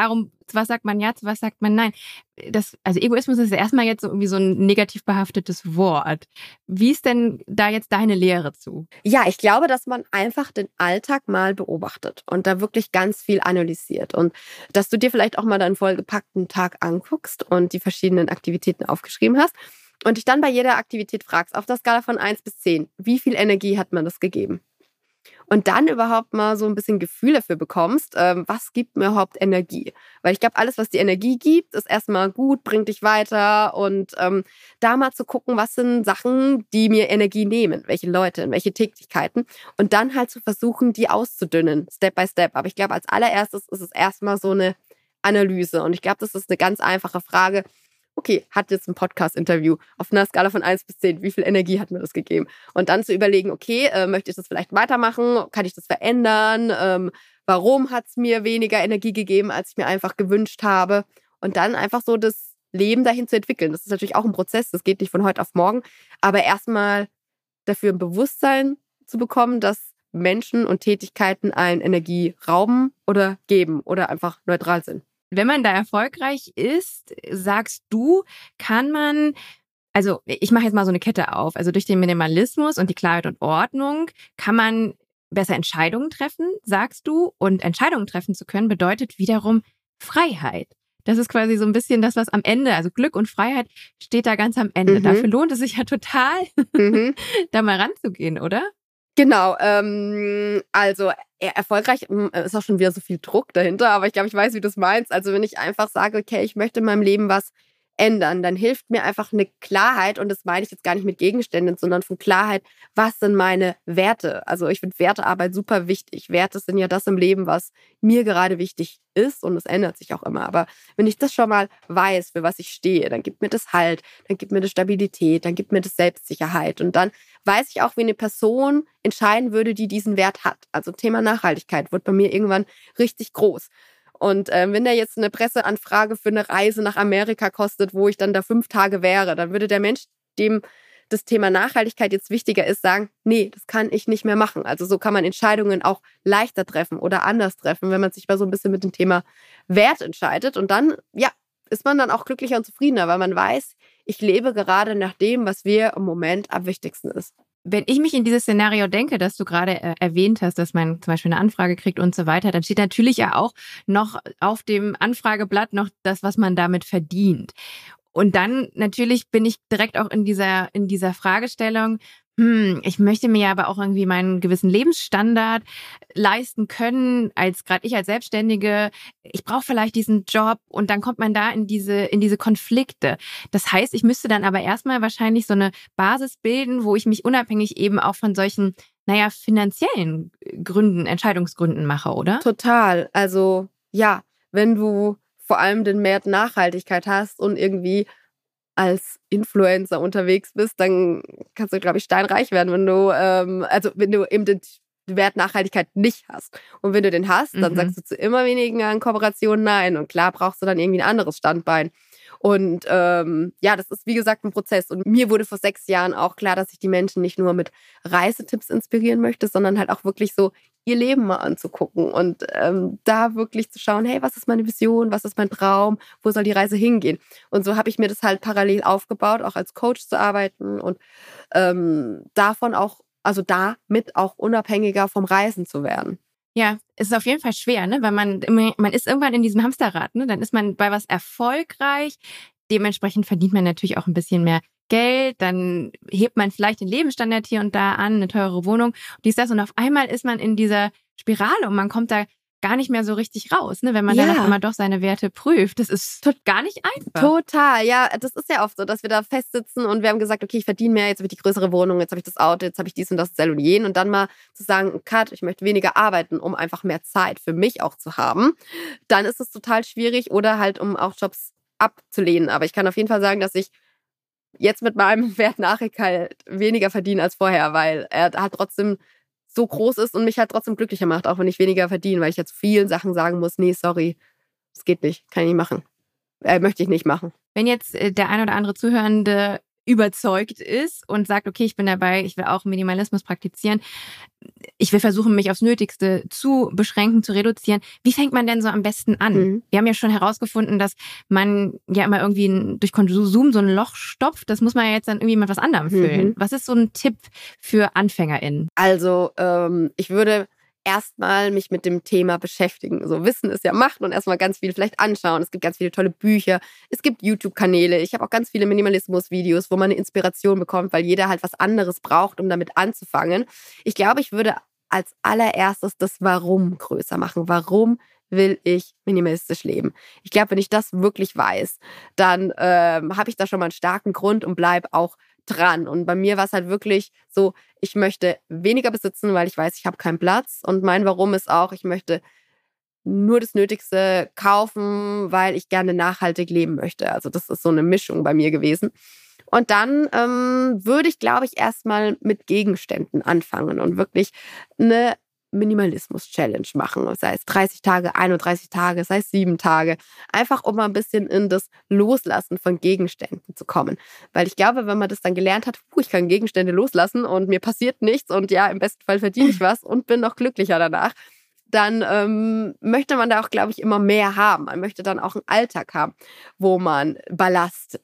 zu was sagt man ja, zu was sagt man nein. Das, also Egoismus ist erstmal jetzt so irgendwie so ein negativ behaftetes Wort. Wie ist denn da jetzt deine Lehre zu? Ja, ich glaube, dass man einfach den Alltag mal beobachtet und da wirklich ganz viel analysiert. Und dass du dir vielleicht auch mal deinen vollgepackten Tag anguckst und die verschiedenen Aktivitäten aufgeschrieben hast und dich dann bei jeder Aktivität fragst, auf der Skala von eins bis zehn, wie viel Energie hat man das gegeben? Und dann überhaupt mal so ein bisschen Gefühl dafür bekommst, ähm, was gibt mir überhaupt Energie? Weil ich glaube, alles, was die Energie gibt, ist erstmal gut, bringt dich weiter. Und ähm, da mal zu gucken, was sind Sachen, die mir Energie nehmen, welche Leute, in welche Tätigkeiten. Und dann halt zu versuchen, die auszudünnen, Step by Step. Aber ich glaube, als allererstes ist es erstmal so eine Analyse. Und ich glaube, das ist eine ganz einfache Frage. Okay, hat jetzt ein Podcast-Interview auf einer Skala von eins bis zehn, wie viel Energie hat mir das gegeben? Und dann zu überlegen, okay, äh, möchte ich das vielleicht weitermachen? Kann ich das verändern? Ähm, warum hat es mir weniger Energie gegeben, als ich mir einfach gewünscht habe? Und dann einfach so das Leben dahin zu entwickeln. Das ist natürlich auch ein Prozess, das geht nicht von heute auf morgen. Aber erstmal dafür ein Bewusstsein zu bekommen, dass Menschen und Tätigkeiten allen Energie rauben oder geben oder einfach neutral sind. Wenn man da erfolgreich ist, sagst du, kann man, also ich mache jetzt mal so eine Kette auf, also durch den Minimalismus und die Klarheit und Ordnung kann man besser Entscheidungen treffen, sagst du, und Entscheidungen treffen zu können bedeutet wiederum Freiheit. Das ist quasi so ein bisschen das, was am Ende, also Glück und Freiheit steht da ganz am Ende. Mhm. Dafür lohnt es sich ja total, mhm. da mal ranzugehen, oder? Genau, ähm, also erfolgreich ist auch schon wieder so viel Druck dahinter, aber ich glaube, ich weiß, wie du es meinst. Also wenn ich einfach sage, okay, ich möchte in meinem Leben was ändern, dann hilft mir einfach eine Klarheit, und das meine ich jetzt gar nicht mit Gegenständen, sondern von Klarheit, was sind meine Werte? Also ich finde Wertearbeit super wichtig. Werte sind ja das im Leben, was mir gerade wichtig ist, und es ändert sich auch immer. Aber wenn ich das schon mal weiß, für was ich stehe, dann gibt mir das Halt, dann gibt mir das Stabilität, dann gibt mir das Selbstsicherheit, und dann weiß ich auch, wie eine Person entscheiden würde, die diesen Wert hat. Also Thema Nachhaltigkeit wird bei mir irgendwann richtig groß. Und äh, wenn der jetzt eine Presseanfrage für eine Reise nach Amerika kostet, wo ich dann da fünf Tage wäre, dann würde der Mensch, dem das Thema Nachhaltigkeit jetzt wichtiger ist, sagen, nee, das kann ich nicht mehr machen. Also so kann man Entscheidungen auch leichter treffen oder anders treffen, wenn man sich mal so ein bisschen mit dem Thema Wert entscheidet. Und dann, ja, ist man dann auch glücklicher und zufriedener, weil man weiß, ich lebe gerade nach dem, was mir im Moment am wichtigsten ist. Wenn ich mich in dieses Szenario denke, das du gerade äh, erwähnt hast, dass man zum Beispiel eine Anfrage kriegt und so weiter, dann steht natürlich ja auch noch auf dem Anfrageblatt noch das, was man damit verdient. Und dann natürlich bin ich direkt auch in dieser, in dieser Fragestellung, hm, ich möchte mir aber auch irgendwie meinen gewissen Lebensstandard leisten können, als gerade ich als Selbstständige. Ich brauche vielleicht diesen Job, und dann kommt man da in diese in diese Konflikte. Das heißt, ich müsste dann aber erstmal wahrscheinlich so eine Basis bilden, wo ich mich unabhängig eben auch von solchen, naja, finanziellen Gründen, Entscheidungsgründen mache, oder? Total. Also ja, wenn du vor allem den Wert Nachhaltigkeit hast und irgendwie als Influencer unterwegs bist, dann kannst du, glaube ich, steinreich werden, wenn du, ähm, also wenn du eben den Wert Nachhaltigkeit nicht hast. Und wenn du den hast, dann mhm. sagst du zu immer weniger Kooperationen nein. Und klar brauchst du dann irgendwie ein anderes Standbein. Und ähm, ja, das ist wie gesagt ein Prozess. Und mir wurde vor sechs Jahren auch klar, dass ich die Menschen nicht nur mit Reisetipps inspirieren möchte, sondern halt auch wirklich so ihr Leben mal anzugucken und ähm, da wirklich zu schauen, hey, was ist meine Vision, was ist mein Traum, wo soll die Reise hingehen? Und so habe ich mir das halt parallel aufgebaut, auch als Coach zu arbeiten und ähm, davon auch, also damit auch unabhängiger vom Reisen zu werden. Ja, es ist auf jeden Fall schwer, ne? Weil man man ist irgendwann in diesem Hamsterrad, ne? Dann ist man bei was erfolgreich, dementsprechend verdient man natürlich auch ein bisschen mehr Geld, dann hebt man vielleicht den Lebensstandard hier und da an, eine teure Wohnung, dies, das, und auf einmal ist man in dieser Spirale und man kommt da gar nicht mehr so richtig raus, ne? Wenn man ja. dann auf einmal doch seine Werte prüft. Das ist Tot- gar nicht einfach. Total, ja, das ist ja oft so, dass wir da festsitzen und wir haben gesagt, okay, ich verdiene mehr, jetzt habe ich die größere Wohnung, jetzt habe ich das Auto, jetzt habe ich dies und das, Zell und jen, und dann mal zu sagen, Cut, ich möchte weniger arbeiten, um einfach mehr Zeit für mich auch zu haben, dann ist es total schwierig, oder halt, um auch Jobs abzulehnen. Aber ich kann auf jeden Fall sagen, dass ich jetzt mit meinem Wert Nachhaltigkeit weniger verdiene als vorher, weil er halt trotzdem so groß ist und mich halt trotzdem glücklicher macht, auch wenn ich weniger verdiene, weil ich jetzt vielen Sachen sagen muss, nee, sorry, das geht nicht, kann ich nicht machen. Äh, möchte ich nicht machen. Wenn jetzt der ein oder andere Zuhörende überzeugt ist und sagt, okay, ich bin dabei, ich will auch Minimalismus praktizieren. Ich will versuchen, mich aufs Nötigste zu beschränken, zu reduzieren. Wie fängt man denn so am besten an? Mhm. Wir haben ja schon herausgefunden, dass man ja immer irgendwie durch Konsum so ein Loch stopft. Das muss man ja jetzt dann irgendwie mit was anderem füllen. Mhm. Was ist so ein Tipp für AnfängerInnen? Also ähm, ich würde erstmal mich mit dem Thema beschäftigen. So Wissen ist ja Macht und erstmal ganz viel vielleicht anschauen. Es gibt ganz viele tolle Bücher. Es gibt YouTube-Kanäle. Ich habe auch ganz viele Minimalismus-Videos, wo man eine Inspiration bekommt, weil jeder halt was anderes braucht, um damit anzufangen. Ich glaube, ich würde als allererstes das Warum größer machen. Warum will ich minimalistisch leben? Ich glaube, wenn ich das wirklich weiß, dann ähm, habe ich da schon mal einen starken Grund und bleibe auch dran. Und bei mir war es halt wirklich so, ich möchte weniger besitzen, weil ich weiß, ich habe keinen Platz. Und mein Warum ist auch, ich möchte nur das Nötigste kaufen, weil ich gerne nachhaltig leben möchte. Also das ist so eine Mischung bei mir gewesen. Und dann ähm, würde ich, glaube ich, erstmal mit Gegenständen anfangen und wirklich eine Minimalismus-Challenge machen. Sei es dreißig Tage, einunddreißig Tage, sei es sieben Tage. Einfach, um mal ein bisschen in das Loslassen von Gegenständen zu kommen. Weil ich glaube, wenn man das dann gelernt hat, puh, ich kann Gegenstände loslassen und mir passiert nichts und ja, im besten Fall verdiene ich was und bin noch glücklicher danach, dann ähm, möchte man da auch, glaube ich, immer mehr haben. Man möchte dann auch einen Alltag haben, wo man Ballast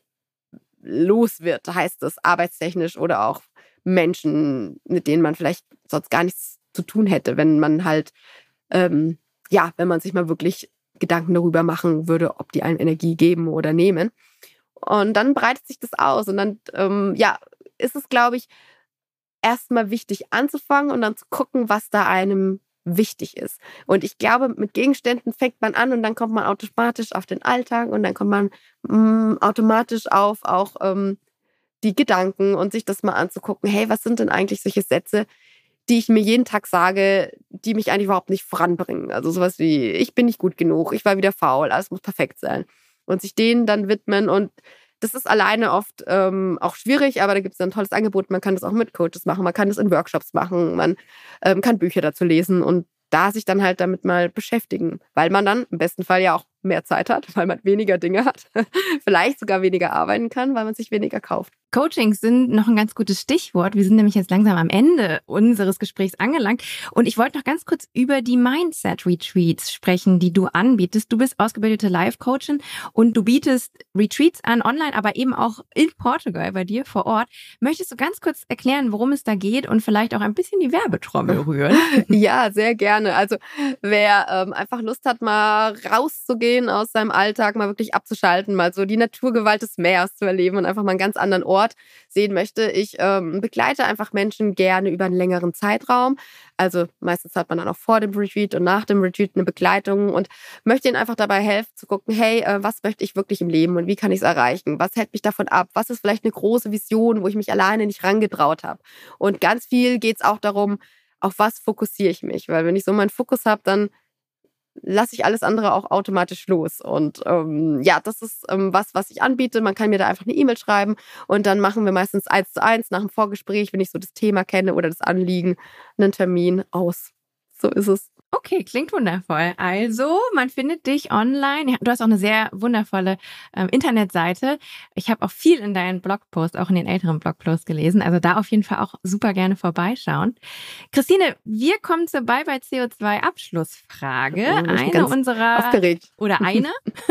los wird, heißt es, arbeitstechnisch oder auch Menschen, mit denen man vielleicht sonst gar nichts zu tun hätte, wenn man halt, ähm, ja, wenn man sich mal wirklich Gedanken darüber machen würde, ob die einem Energie geben oder nehmen. Und dann breitet sich das aus und dann, ähm, ja, ist es, glaube ich, erstmal wichtig anzufangen und dann zu gucken, was da einem wichtig ist. Und ich glaube, mit Gegenständen fängt man an und dann kommt man automatisch auf den Alltag und dann kommt man mh, automatisch auf auch ähm, die Gedanken und sich das mal anzugucken, hey, was sind denn eigentlich solche Sätze, die ich mir jeden Tag sage, die mich eigentlich überhaupt nicht voranbringen. Also sowas wie, ich bin nicht gut genug, ich war wieder faul, alles muss perfekt sein. Und sich denen dann widmen und das ist alleine oft ähm, auch schwierig, aber da gibt es ein tolles Angebot. Man kann das auch mit Coaches machen, man kann das in Workshops machen, man ähm, kann Bücher dazu lesen und da sich dann halt damit mal beschäftigen, weil man dann im besten Fall ja auch mehr Zeit hat, weil man weniger Dinge hat, vielleicht sogar weniger arbeiten kann, weil man sich weniger kauft. Coachings sind noch ein ganz gutes Stichwort. Wir sind nämlich jetzt langsam am Ende unseres Gesprächs angelangt. Und ich wollte noch ganz kurz über die Mindset-Retreats sprechen, die du anbietest. Du bist ausgebildete Life-Coachin und du bietest Retreats an, online, aber eben auch in Portugal bei dir vor Ort. Möchtest du ganz kurz erklären, worum es da geht und vielleicht auch ein bisschen die Werbetrommel rühren? Ja, sehr gerne. Also wer ähm, einfach Lust hat, mal rauszugehen aus seinem Alltag, mal wirklich abzuschalten, mal so die Naturgewalt des Meeres zu erleben und einfach mal einen ganz anderen Ort sehen möchte. Ich ähm, begleite einfach Menschen gerne über einen längeren Zeitraum. Also meistens hat man dann auch vor dem Retreat und nach dem Retreat eine Begleitung und möchte ihnen einfach dabei helfen zu gucken, hey, äh, was möchte ich wirklich im Leben und wie kann ich es erreichen? Was hält mich davon ab? Was ist vielleicht eine große Vision, wo ich mich alleine nicht rangetraut habe? Und ganz viel geht es auch darum, auf was fokussiere ich mich? Weil wenn ich so meinen Fokus habe, dann lasse ich alles andere auch automatisch los. Und ähm, ja, das ist ähm, was, was ich anbiete. Man kann mir da einfach eine E-Mail schreiben und dann machen wir meistens eins zu eins nach dem Vorgespräch, wenn ich so das Thema kenne oder das Anliegen, einen Termin aus. So ist es. Okay, klingt wundervoll. Also, man findet dich online. Du hast auch eine sehr wundervolle ähm, Internetseite. Ich habe auch viel in deinen Blogposts, auch in den älteren Blogposts gelesen. Also da auf jeden Fall auch super gerne vorbeischauen. Christine, wir kommen zur Bye Bye C O zwei Abschlussfrage. Oh, ich bin eine ganz unserer aufgeregt. Oder eine.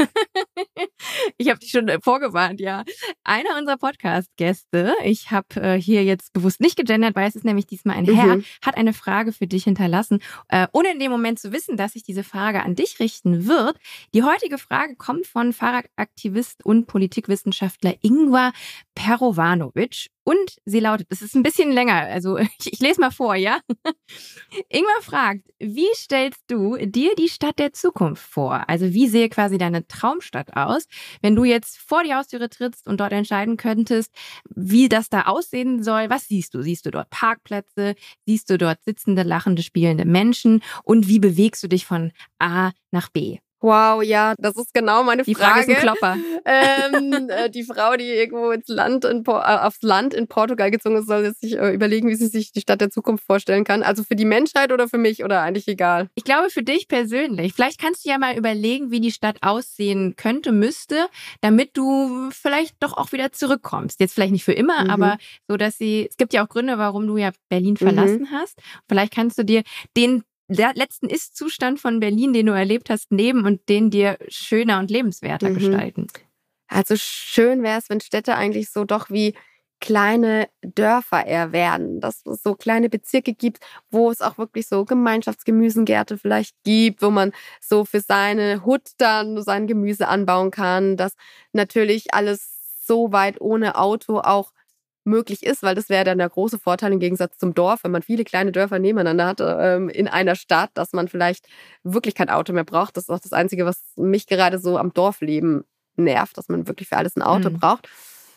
Ich habe dich schon vorgewarnt, ja. Einer unserer Podcast-Gäste, ich habe äh, hier jetzt bewusst nicht gegendert, weil es ist nämlich diesmal ein Herr, Mhm. hat eine Frage für dich hinterlassen, äh, ohne in dem Moment zu wissen, dass sich diese Frage an dich richten wird. Die heutige Frage kommt von Fahrradaktivist und Politikwissenschaftler Ingvar Perovanovic und sie lautet, es ist ein bisschen länger, also ich, ich lese mal vor, ja? Ingvar fragt, wie stellst du dir die Stadt der Zukunft vor? Also wie sehe quasi deine Traumstadt aus, wenn du jetzt vor die Haustüre trittst und dort entscheiden könntest, wie das da aussehen soll? Was siehst du? Siehst du dort Parkplätze? Siehst du dort sitzende, lachende, spielende Menschen? Und wie bewegst du dich von A nach B? Wow, ja, das ist genau meine Die Frage. Frage ist ein Klopper. ähm, äh, die Frau, die irgendwo ins Land in, äh, aufs Land in Portugal gezogen ist, soll jetzt sich äh, überlegen, wie sie sich die Stadt der Zukunft vorstellen kann. Also für die Menschheit oder für mich oder eigentlich egal? Ich glaube für dich persönlich. Vielleicht kannst du ja mal überlegen, wie die Stadt aussehen könnte, müsste, damit du vielleicht doch auch wieder zurückkommst. Jetzt vielleicht nicht für immer, Mhm. aber so, dass sie, es gibt ja auch Gründe, warum du ja Berlin verlassen Mhm. hast. Vielleicht kannst du dir den der letzten Ist-Zustand von Berlin, den du erlebt hast, nehmen und den dir schöner und lebenswerter Mhm. gestalten. Also schön wäre es, wenn Städte eigentlich so doch wie kleine Dörfer eher werden, dass es so kleine Bezirke gibt, wo es auch wirklich so Gemeinschaftsgemüsengärte vielleicht gibt, wo man so für seine Hut dann sein Gemüse anbauen kann, dass natürlich alles so weit ohne Auto auch möglich ist, weil das wäre dann der große Vorteil im Gegensatz zum Dorf, wenn man viele kleine Dörfer nebeneinander hat ähm, in einer Stadt, dass man vielleicht wirklich kein Auto mehr braucht. Das ist auch das Einzige, was mich gerade so am Dorfleben nervt, dass man wirklich für alles ein Auto Mhm. braucht.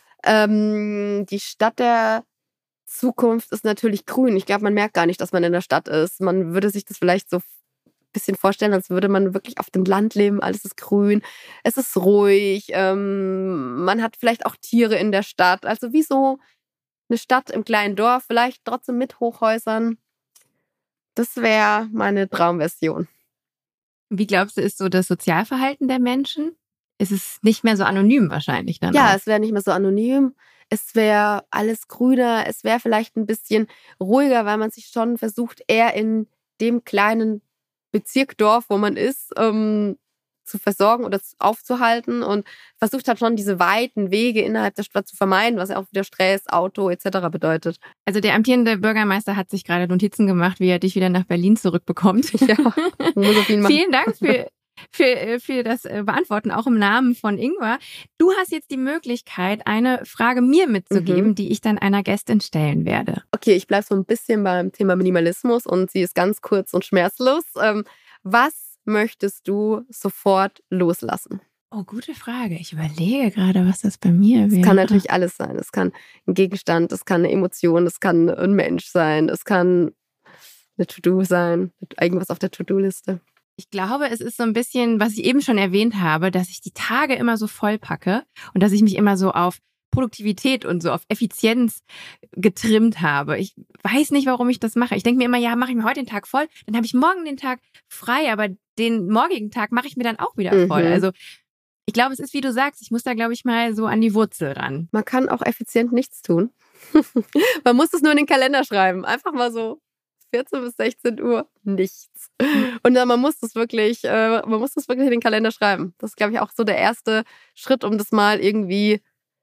Ähm, die Stadt der Zukunft ist natürlich grün. Ich glaube, man merkt gar nicht, dass man in der Stadt ist. Man würde sich das vielleicht so ein bisschen vorstellen, als würde man wirklich auf dem Land leben. Alles ist grün, es ist ruhig, ähm, man hat vielleicht auch Tiere in der Stadt. Also wie so eine Stadt im kleinen Dorf, vielleicht trotzdem mit Hochhäusern. Das wäre meine Traumversion. Wie glaubst du, ist so das Sozialverhalten der Menschen? Ist es nicht mehr so anonym wahrscheinlich dann Ja, auch? es wäre nicht mehr so anonym. Es wäre alles grüner. Es wäre vielleicht ein bisschen ruhiger, weil man sich schon versucht, eher in dem kleinen Bezirk, Dorf, wo man ist, ähm, zu versorgen oder aufzuhalten und versucht halt schon diese weiten Wege innerhalb der Stadt zu vermeiden, was ja auch wieder Stress, Auto et cetera bedeutet. Also der amtierende Bürgermeister hat sich gerade Notizen gemacht, wie er dich wieder nach Berlin zurückbekommt. Ja, muss auf ihn machen. Vielen Dank für, für, für das Beantworten, auch im Namen von Ingwer. Du hast jetzt die Möglichkeit, eine Frage mir mitzugeben, Mhm. die ich dann einer Gästin stellen werde. Okay, ich bleibe so ein bisschen beim Thema Minimalismus und sie ist ganz kurz und schmerzlos. Ähm, was möchtest du sofort loslassen? Oh, gute Frage. Ich überlege gerade, was das bei mir wäre. Es kann natürlich alles sein. Es kann ein Gegenstand, es kann eine Emotion, es kann ein Mensch sein, es kann eine To-Do sein, irgendwas auf der To-Do-Liste. Ich glaube, es ist so ein bisschen, was ich eben schon erwähnt habe, dass ich die Tage immer so voll packe und dass ich mich immer so auf Produktivität und so auf Effizienz getrimmt habe. Ich weiß nicht, warum ich das mache. Ich denke mir immer, ja, mache ich mir heute den Tag voll, dann habe ich morgen den Tag frei, aber den morgigen Tag mache ich mir dann auch wieder voll. Mhm. Also ich glaube, es ist, wie du sagst, ich muss da, glaube ich, mal so an die Wurzel ran. Man kann auch effizient nichts tun. Man muss es nur in den Kalender schreiben. Einfach mal so vierzehn bis sechzehn Uhr nichts. Und dann man muss das wirklich, äh, man muss das wirklich in den Kalender schreiben. Das ist, glaube ich, auch so der erste Schritt, um das mal irgendwie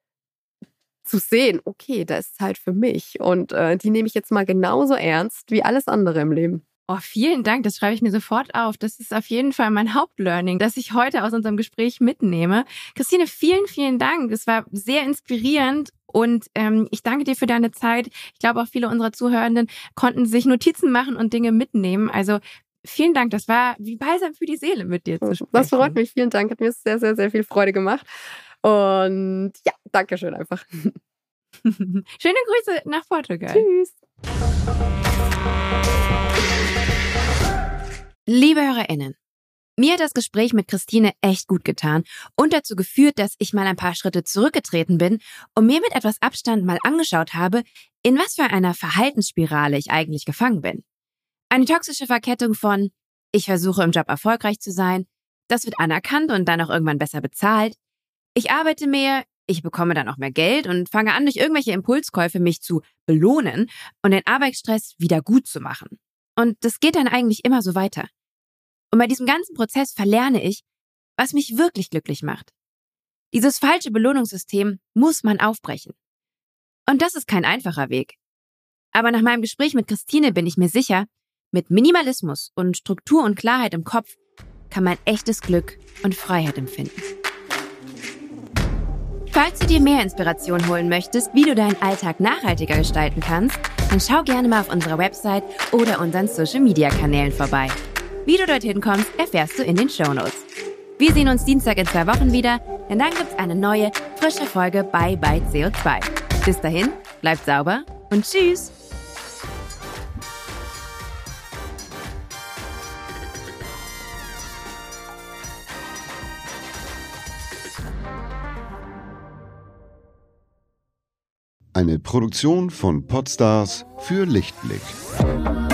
zu sehen. Okay, da ist Zeit für mich. Und äh, die nehme ich jetzt mal genauso ernst wie alles andere im Leben. Oh, vielen Dank, das schreibe ich mir sofort auf. Das ist auf jeden Fall mein Hauptlearning, das ich heute aus unserem Gespräch mitnehme. Christine, vielen, vielen Dank. Es war sehr inspirierend und ähm, ich danke dir für deine Zeit. Ich glaube, auch viele unserer Zuhörenden konnten sich Notizen machen und Dinge mitnehmen. Also vielen Dank, das war wie Balsam für die Seele, mit dir zu sprechen. Das freut mich. Vielen Dank. Hat mir sehr, sehr, sehr viel Freude gemacht. Und ja, danke schön einfach. Schöne Grüße nach Portugal. Tschüss. Liebe HörerInnen, mir hat das Gespräch mit Christine echt gut getan und dazu geführt, dass ich mal ein paar Schritte zurückgetreten bin und mir mit etwas Abstand mal angeschaut habe, in was für einer Verhaltensspirale ich eigentlich gefangen bin. Eine toxische Verkettung von, ich versuche im Job erfolgreich zu sein, das wird anerkannt und dann auch irgendwann besser bezahlt, ich arbeite mehr, ich bekomme dann auch mehr Geld und fange an, durch irgendwelche Impulskäufe mich zu belohnen und den Arbeitsstress wieder gut zu machen. Und das geht dann eigentlich immer so weiter. Und bei diesem ganzen Prozess verlerne ich, was mich wirklich glücklich macht. Dieses falsche Belohnungssystem muss man aufbrechen. Und das ist kein einfacher Weg. Aber nach meinem Gespräch mit Christine bin ich mir sicher, mit Minimalismus und Struktur und Klarheit im Kopf kann man echtes Glück und Freiheit empfinden. Falls du dir mehr Inspiration holen möchtest, wie du deinen Alltag nachhaltiger gestalten kannst, dann schau gerne mal auf unserer Website oder unseren Social-Media-Kanälen vorbei. Wie du dorthin kommst, erfährst du in den Shownotes. Wir sehen uns Dienstag in zwei Wochen wieder, denn dann gibt's eine neue, frische Folge Bye Bye C O zwei. Bis dahin, bleibt sauber und tschüss! Eine Produktion von Podstars für Lichtblick.